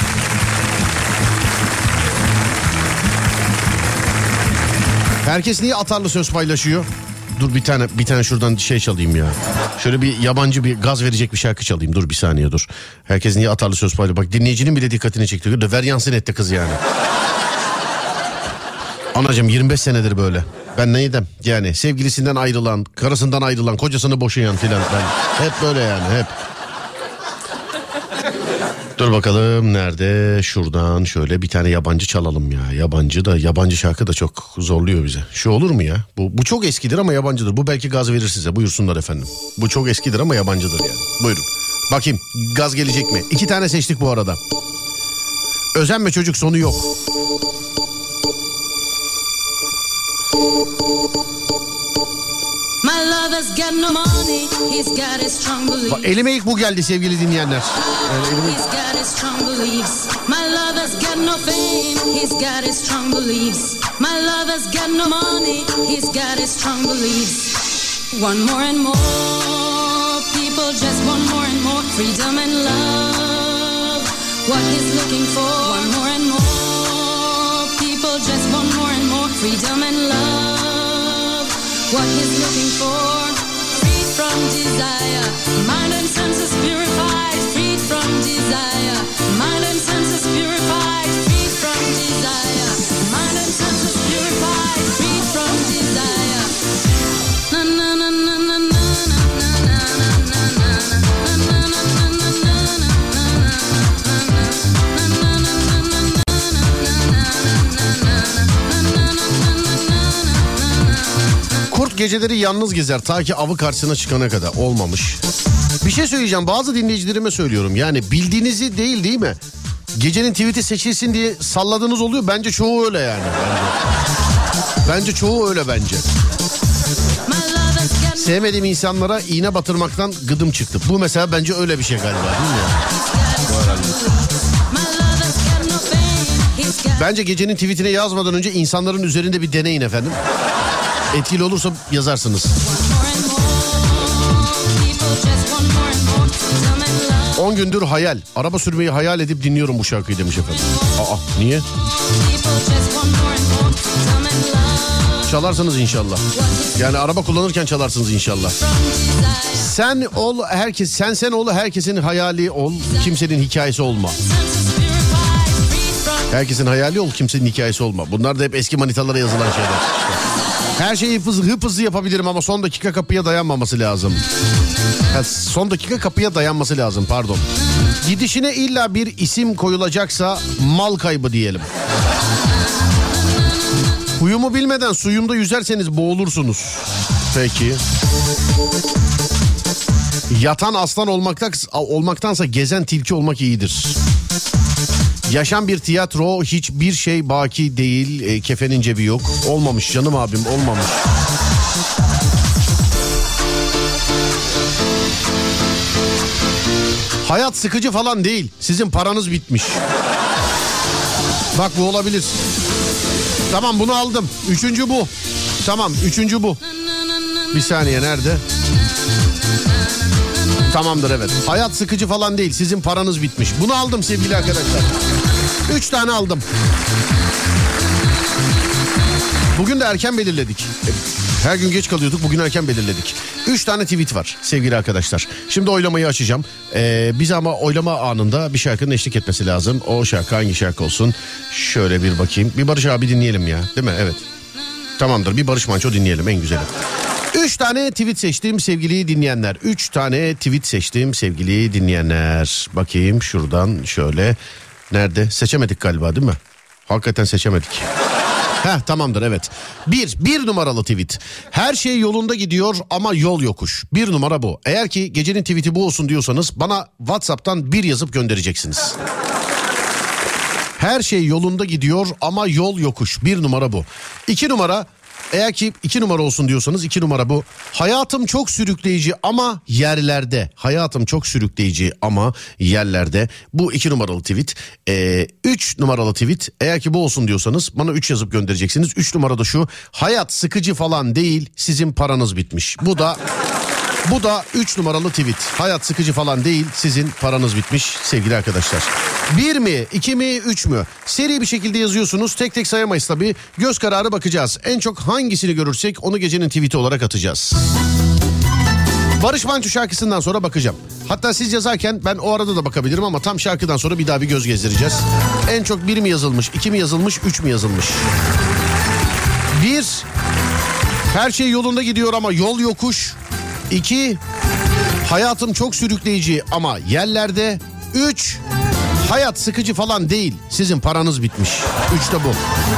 Herkes niye atarlı söz paylaşıyor? Dur bir tane şuradan şey çalayım ya. Şöyle bir yabancı bir gaz verecek bir şarkı çalayım. Dur bir saniye dur. Herkes niye atarlı söz paylaşıyor? Bak dinleyicinin bile dikkatini çekti. De ver yansın etti kız yani. Anacığım 25 senedir böyle. Ben neydim? Yani sevgilisinden ayrılan, karısından ayrılan, kocasını boşayan filan. Ben hep böyle yani hep. Dur bakalım nerede? Şuradan şöyle bir tane yabancı çalalım ya. Yabancı şarkı da çok zorluyor bize. Şu olur mu ya? Bu çok eskidir ama yabancıdır. Bu belki gaz verir size. Buyursunlar efendim. Bu çok eskidir ama yabancıdır yani. Buyurun. Bakayım gaz gelecek mi? 2 tane seçtik bu arada. Özenme çocuk, sonu yok. Bak, elime ilk bu geldi sevgili dinleyenler. One more and more people just want more and more freedom and love. What he's looking for. One more and more people just want more and more freedom and love. What he's looking for. Freed from desire, mind and senses purified. Freed from desire, mind and senses purified. Freed from desire, mind and senses purified. Freed from desire. Na na na na na na na Kurt geceleri yalnız gezer ta ki avı karşısına çıkana kadar. Olmamış. Bir şey söyleyeceğim, bazı dinleyicilerime söylüyorum. Yani bildiğinizi değil mi? Gecenin tweet'i seçilsin diye salladığınız oluyor. Bence çoğu öyle yani. Bence çoğu öyle bence. Sevmediğim insanlara iğne batırmaktan gıdım çıktı. Bu mesela bence öyle bir şey galiba, değil mi? Bu herhalde. Bence gecenin tweetine yazmadan önce insanların üzerinde bir deneyin efendim. Etkili olursa yazarsınız. 10 gündür hayal. Araba sürmeyi hayal edip dinliyorum bu şarkıyı demiş efendim. Aa, niye? Çalarsınız inşallah. Yani araba kullanırken çalarsınız inşallah. Sen ol herkes, sen ol, herkesin hayali ol, kimsenin hikayesi olma. Herkesin hayali ol, kimsenin hikayesi olma. Bunlar da hep eski manitalara yazılan şeyler. Her şeyi hıp hızlı yapabilirim ama son dakika kapıya dayanmaması lazım. Son dakika kapıya dayanması lazım, pardon. Gidişine illa bir isim koyulacaksa mal kaybı diyelim. Huyumu bilmeden suyumda yüzerseniz boğulursunuz. Peki. Yatan aslan olmaktansa gezen tilki olmak iyidir. Yaşam bir tiyatro, hiçbir şey baki değil, kefenin cebi yok. Olmamış canım abim, olmamış. Hayat sıkıcı falan değil, sizin paranız bitmiş. Bak bu olabilir. Tamam, bunu aldım. 3. bu. Tamam, 3. bu. Bir saniye, nerede? Tamamdır, evet. Hayat sıkıcı falan değil, sizin paranız bitmiş. Bunu aldım sevgili arkadaşlar. 3 tane aldım. Bugün de erken belirledik. Her gün geç kalıyorduk, bugün erken belirledik. 3 tane tweet var sevgili arkadaşlar. Şimdi oylamayı açacağım. Biz ama oylama anında bir şarkının eşlik etmesi lazım. O şarkı hangi şarkı olsun? Şöyle bir bakayım. Bir Barış abi dinleyelim ya, değil mi? Evet. Tamamdır, bir Barış Manço dinleyelim, en güzeli. 3 tane tweet seçtim sevgili dinleyenler. 3 tane tweet seçtim sevgili dinleyenler. Bakayım şuradan şöyle. Nerede? Seçemedik galiba, değil mi? Hakikaten seçemedik. Heh, tamamdır, evet. Bir numaralı tweet. Her şey yolunda gidiyor ama yol yokuş. 1 numara bu. Eğer ki gecenin tweet'i bu olsun diyorsanız bana WhatsApp'tan 1 yazıp göndereceksiniz. Her şey yolunda gidiyor ama yol yokuş. 1 numara bu. 2 numara. Eğer ki 2 numara olsun diyorsanız 2 numara bu. Hayatım çok sürükleyici ama yerlerde. Hayatım çok sürükleyici ama yerlerde. Bu 2 numaralı tweet. 3 numaralı tweet. Eğer ki bu olsun diyorsanız bana 3 yazıp göndereceksiniz. 3 numarada şu. Hayat sıkıcı falan değil, sizin paranız bitmiş. Bu da Bu da 3 numaralı tweet. Hayat sıkıcı falan değil, sizin paranız bitmiş sevgili arkadaşlar. 1 mi, 2 mi, 3 mü? Seri bir şekilde yazıyorsunuz. Tek tek sayamayız tabii. Göz kararı bakacağız. En çok hangisini görürsek onu gecenin tweet'i olarak atacağız. Barış Manço şarkısından sonra bakacağım. Hatta siz yazarken ben o arada da bakabilirim ama tam şarkıdan sonra bir daha bir göz gezdireceğiz. En çok 1 mi yazılmış, 2 mi yazılmış, 3 mü yazılmış? 1. Her şey yolunda gidiyor ama yol yokuş. 2. Hayatım çok sürükleyici ama yerlerde. 3. Hayat sıkıcı falan değil, sizin paranız bitmiş. 3 de bu.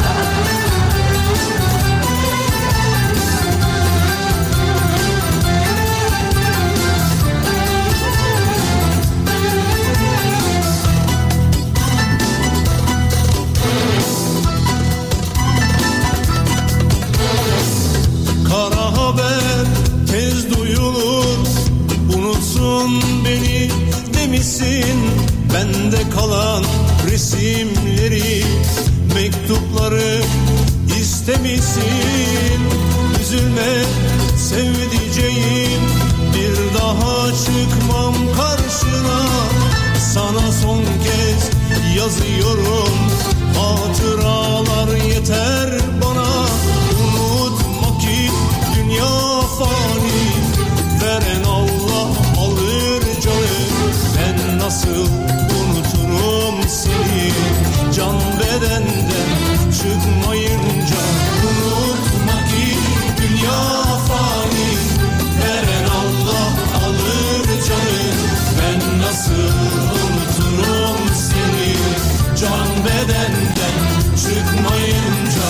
Beni demişsin, bende kalan resimleri, mektupları istemişsin. Üzülme sevdiceğim, bir daha çıkmam karşına. Sana son kez yazıyorum, hatıralar yeter bana. Unutma ki dünya fani, veren Allah alır canı. Ben nasıl unuturum seni, can bedenden çıkmayınca. Unutma ki dünya fani, veren Allah alır canı. Ben nasıl unuturum seni, can bedenden çıkmayınca.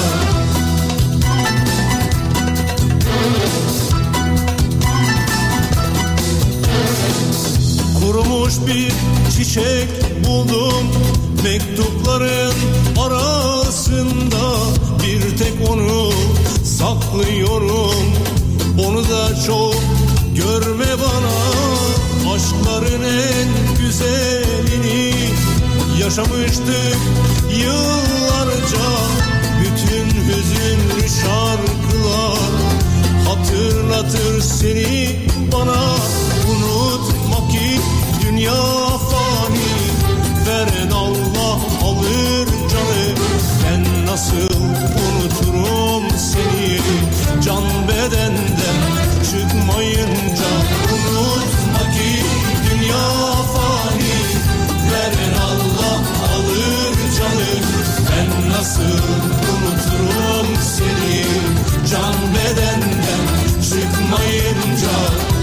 Kurumuş bir çiçek buldum mektupların arasında. Bir tek onu saklıyorum, onu da çok görme bana. Aşkların en güzelini yaşamıştık yıllarca. Bütün hüzünlü şarkılar hatırlatır seni bana. Unutma ki dünya fani, veren Allah alır canı. Ben nasıl unuturum seni, can bedenden çıkmayınca. Unutma ki dünya fani, veren Allah alır canı. Ben nasıl unuturum seni, can bedenden çıkmayınca.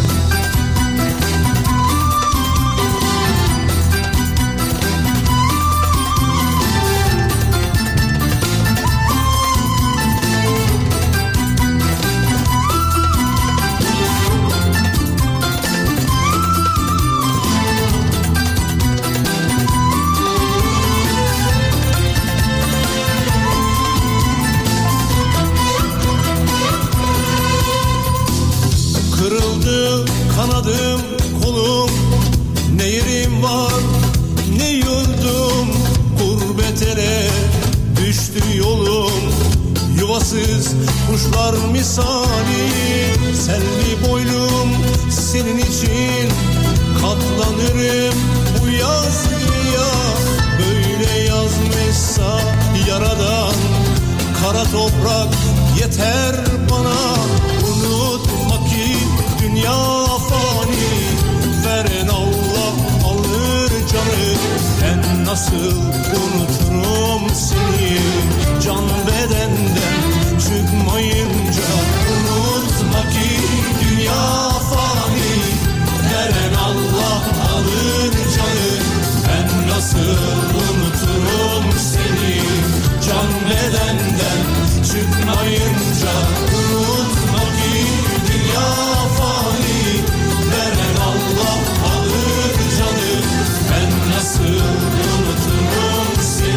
Kırıldı kanadım kolum, ne yerim var ne yurdum. Gurbet ele düştü yolum, yuvasız kuşlar misali. Selvi boylum senin için, katlanırım bu yazgıya. Böyle yazmışsa yaradan, kara toprak yeter bana. Unutma ki dünya fani, veren Allah alır canı. Ben nasıl unuturum seni, can bedenden çıkmayınca. Unutma ki dünya fani, veren Allah alır canı. Ben nasıl unuturum seni, can bedenden çıkmayınca. Unutma ki dünya fani, veren Allah alır canı. Ben nasıl unuturum seni,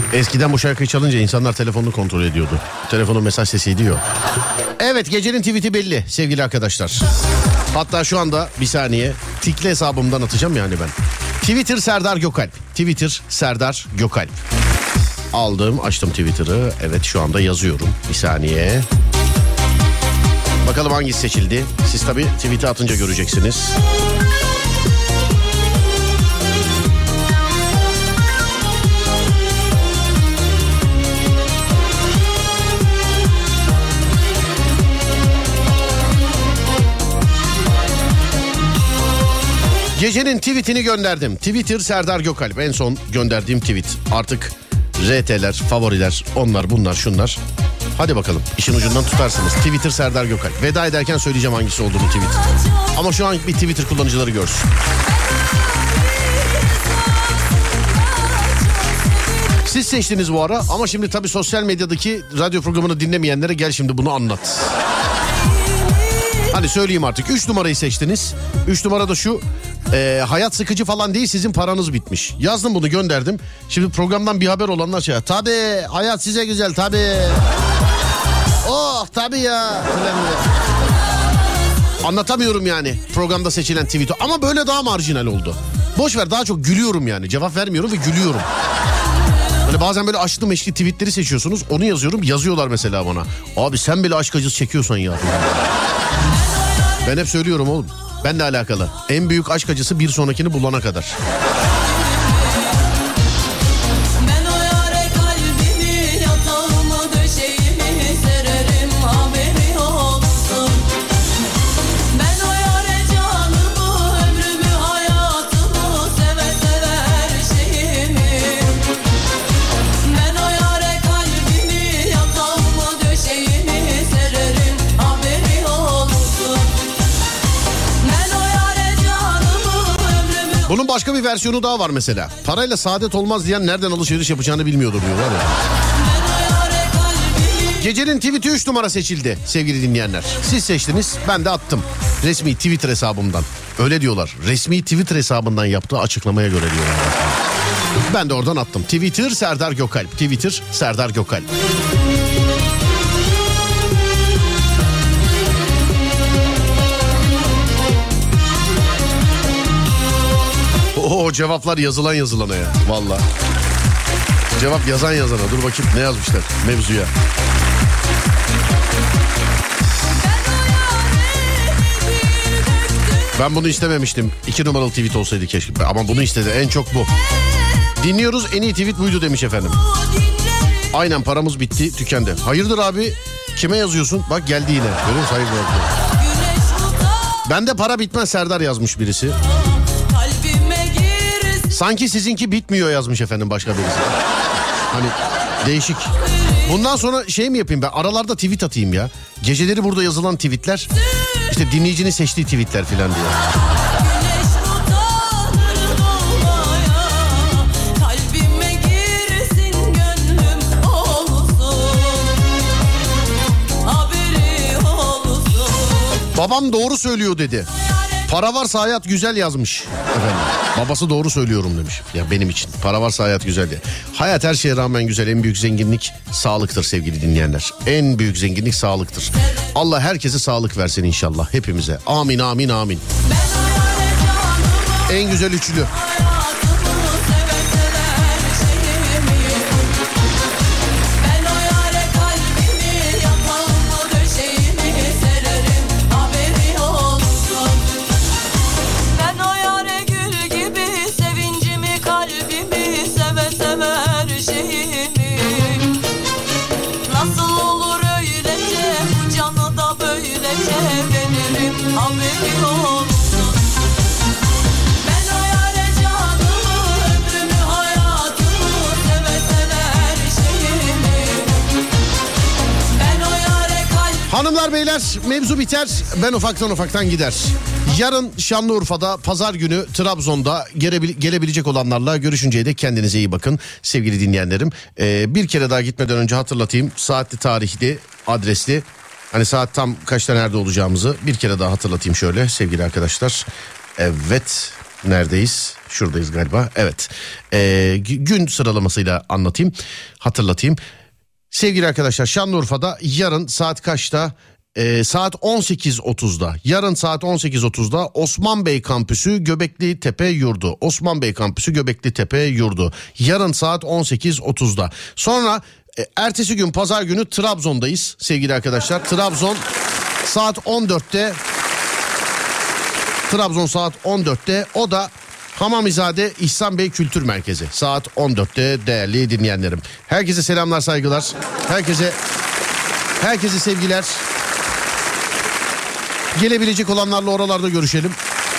Eskiden bu şarkıyı çalınca insanlar telefonunu kontrol ediyordu. Telefonun mesaj sesiydi yok. Evet, gecenin tweet'i belli sevgili arkadaşlar. Hatta şu anda bir saniye tikli hesabımdan atacağım yani ben. Twitter Serdar Gökalp. Twitter Serdar Gökalp. Aldım, açtım Twitter'ı. Evet, şu anda yazıyorum. Bir saniye. Bakalım hangisi seçildi. Siz tabii tweet'i atınca göreceksiniz. Gecenin tweetini gönderdim. Twitter Serdar Gökalp. En son gönderdiğim tweet. Artık RT'ler, favoriler, onlar bunlar şunlar. Hadi bakalım, işin ucundan tutarsınız. Twitter Serdar Gökalp. Veda ederken söyleyeceğim hangisi olduğunu tweet. Ama şu an bir Twitter kullanıcıları görsün. Siz seçtiniz bu ara ama şimdi tabii sosyal medyadaki radyo programını dinlemeyenlere gel şimdi bunu anlat. Hani söyleyeyim artık. 3 numarayı seçtiniz. 3 numara da şu. Hayat sıkıcı falan değil, sizin paranız bitmiş. Yazdım bunu, gönderdim. Şimdi programdan bir haber olanlar şey. Tabii hayat size güzel tabii. Oh tabii ya. Anlatamıyorum yani programda seçilen tweet'i. Ama böyle daha marjinal oldu. Boş ver, daha çok gülüyorum yani. Cevap vermiyorum ve gülüyorum. Hani bazen böyle aşklı meşkli tweetleri seçiyorsunuz. Onu yazıyorum. Yazıyorlar mesela bana. Abi sen bile aşk acısı çekiyorsan ya. Ben hep söylüyorum oğlum. Benle alakalı. En büyük aşk acısı bir sonrakini bulana kadar. Bunun başka bir versiyonu daha var mesela. Parayla saadet olmaz diyen nereden alışveriş yapacağını bilmiyordur diyorlar ya. Gecenin tweet'i 3 numara seçildi sevgili dinleyenler. Siz seçtiniz, ben de attım. Resmi Twitter hesabımdan. Öyle diyorlar. Resmi Twitter hesabından yaptığı açıklamaya göre diyorlar. Ben de oradan attım. Twitter Serdar Gökalp. Twitter Serdar Gökalp. Oo, cevaplar yazılana ya. Vallahi. Cevap yazana. Dur bakayım ne yazmışlar mevzuya. Ben bunu istememiştim. 2 numaralı tweet olsaydı keşke. Ama bunu istedi. En çok bu. Dinliyoruz, en iyi tweet buydu demiş efendim. Aynen, paramız bitti, tükendi. Hayırdır abi? Kime yazıyorsun? Bak geldi yine. Görüyor musun? Hayırdır abi. Bende para bitmez Serdar yazmış birisi. Sanki sizinki bitmiyor yazmış efendim başka birisi. Hani değişik. Bundan sonra şey mi yapayım ben? Aralarda tweet atayım ya. Geceleri burada yazılan tweetler, işte dinleyicinin seçtiği tweetler falan diye. Babam doğru söylüyor dedi. Para varsa hayat güzel yazmış efendim. Babası doğru söylüyorum demiş. Ya benim için para varsa hayat güzel diye. Hayat her şeye rağmen güzel. En büyük zenginlik sağlıktır sevgili dinleyenler. En büyük zenginlik sağlıktır. Allah herkese sağlık versin inşallah, hepimize. Amin amin amin. En güzel üçlü. Hanımlar beyler, mevzu biter, ben ufaktan gider. Yarın Şanlıurfa'da, pazar günü Trabzon'da gelebilecek olanlarla görüşünceye dek kendinize iyi bakın sevgili dinleyenlerim. Bir kere daha gitmeden önce hatırlatayım, saatli, tarihli, adresli, hani saat tam kaçta nerede olacağımızı bir kere daha hatırlatayım şöyle sevgili arkadaşlar. Evet, neredeyiz? Şuradayız galiba. Evet. Gün sıralamasıyla hatırlatayım. Sevgili arkadaşlar, Şanlıurfa'da yarın saat kaçta? Saat 18.30'da. Yarın saat 18.30'da Osman Bey Kampüsü Göbekli Tepe Yurdu. Osman Bey Kampüsü Göbekli Tepe Yurdu. Yarın saat 18.30'da. Sonra ertesi gün pazar günü Trabzon'dayız sevgili arkadaşlar. Trabzon saat 14'te. Trabzon saat 14'te. O da Hamamizade İhsan Bey Kültür Merkezi. Saat 14'te değerli dinleyenlerim. Herkese selamlar, saygılar. Herkese sevgiler. Gelebilecek olanlarla oralarda görüşelim.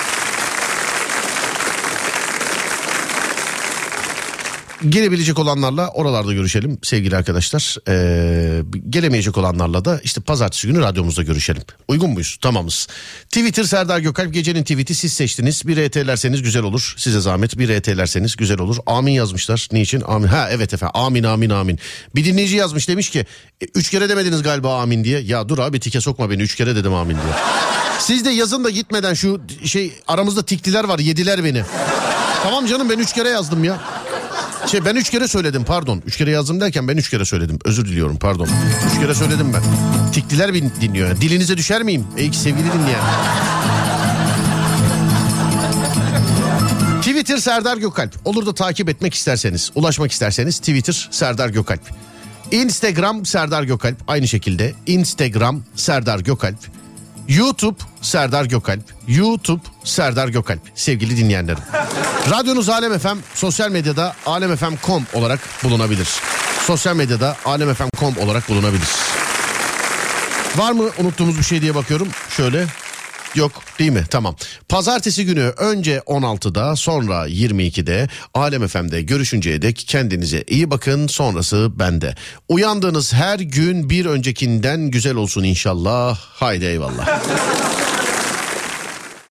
Gelebilecek olanlarla oralarda görüşelim sevgili arkadaşlar. Gelemeyecek olanlarla da işte pazartesi günü radyomuzda görüşelim. Uygun muyuz? Tamamız. Twitter Serdar Gökalp, gecenin tweet'i siz seçtiniz. Bir RT'lerseniz güzel olur. Size zahmet, bir RT'lerseniz güzel olur. Amin yazmışlar. Niçin? Amin. Ha evet efendim. Amin. Bir dinleyici yazmış, demiş ki 3 kere demediniz galiba amin diye. Ya dur abi, tike sokma beni, 3 kere dedim amin diye. Siz de yazın da gitmeden şu aramızda tikliler var, yediler beni. Tamam canım, ben 3 kere yazdım ya. Ben 3 kere söyledim, pardon. 3 kere yazdım derken ben 3 kere söyledim. Özür diliyorum, pardon. 3 kere söyledim ben. Tikliler beni dinliyor. Dilinize düşer miyim? Ey sevgili dinleyen. Twitter Serdar Gökalp. Olur da takip etmek isterseniz, ulaşmak isterseniz Twitter Serdar Gökalp. Instagram Serdar Gökalp. Aynı şekilde Instagram Serdar Gökalp. YouTube Serdar Gökalp. YouTube Serdar Gökalp. Sevgili dinleyenlerim. Radyonuz Alem FM, sosyal medyada alemfm.com olarak bulunabilir. Sosyal medyada alemfm.com olarak bulunabilir. Var mı unuttuğumuz bir şey diye bakıyorum. Şöyle. Yok değil mi? Tamam. Pazartesi günü önce 16'da sonra 22'de Alem FM'de görüşünceye dek kendinize iyi bakın, sonrası bende. Uyandığınız her gün bir öncekinden güzel olsun inşallah. Haydi eyvallah.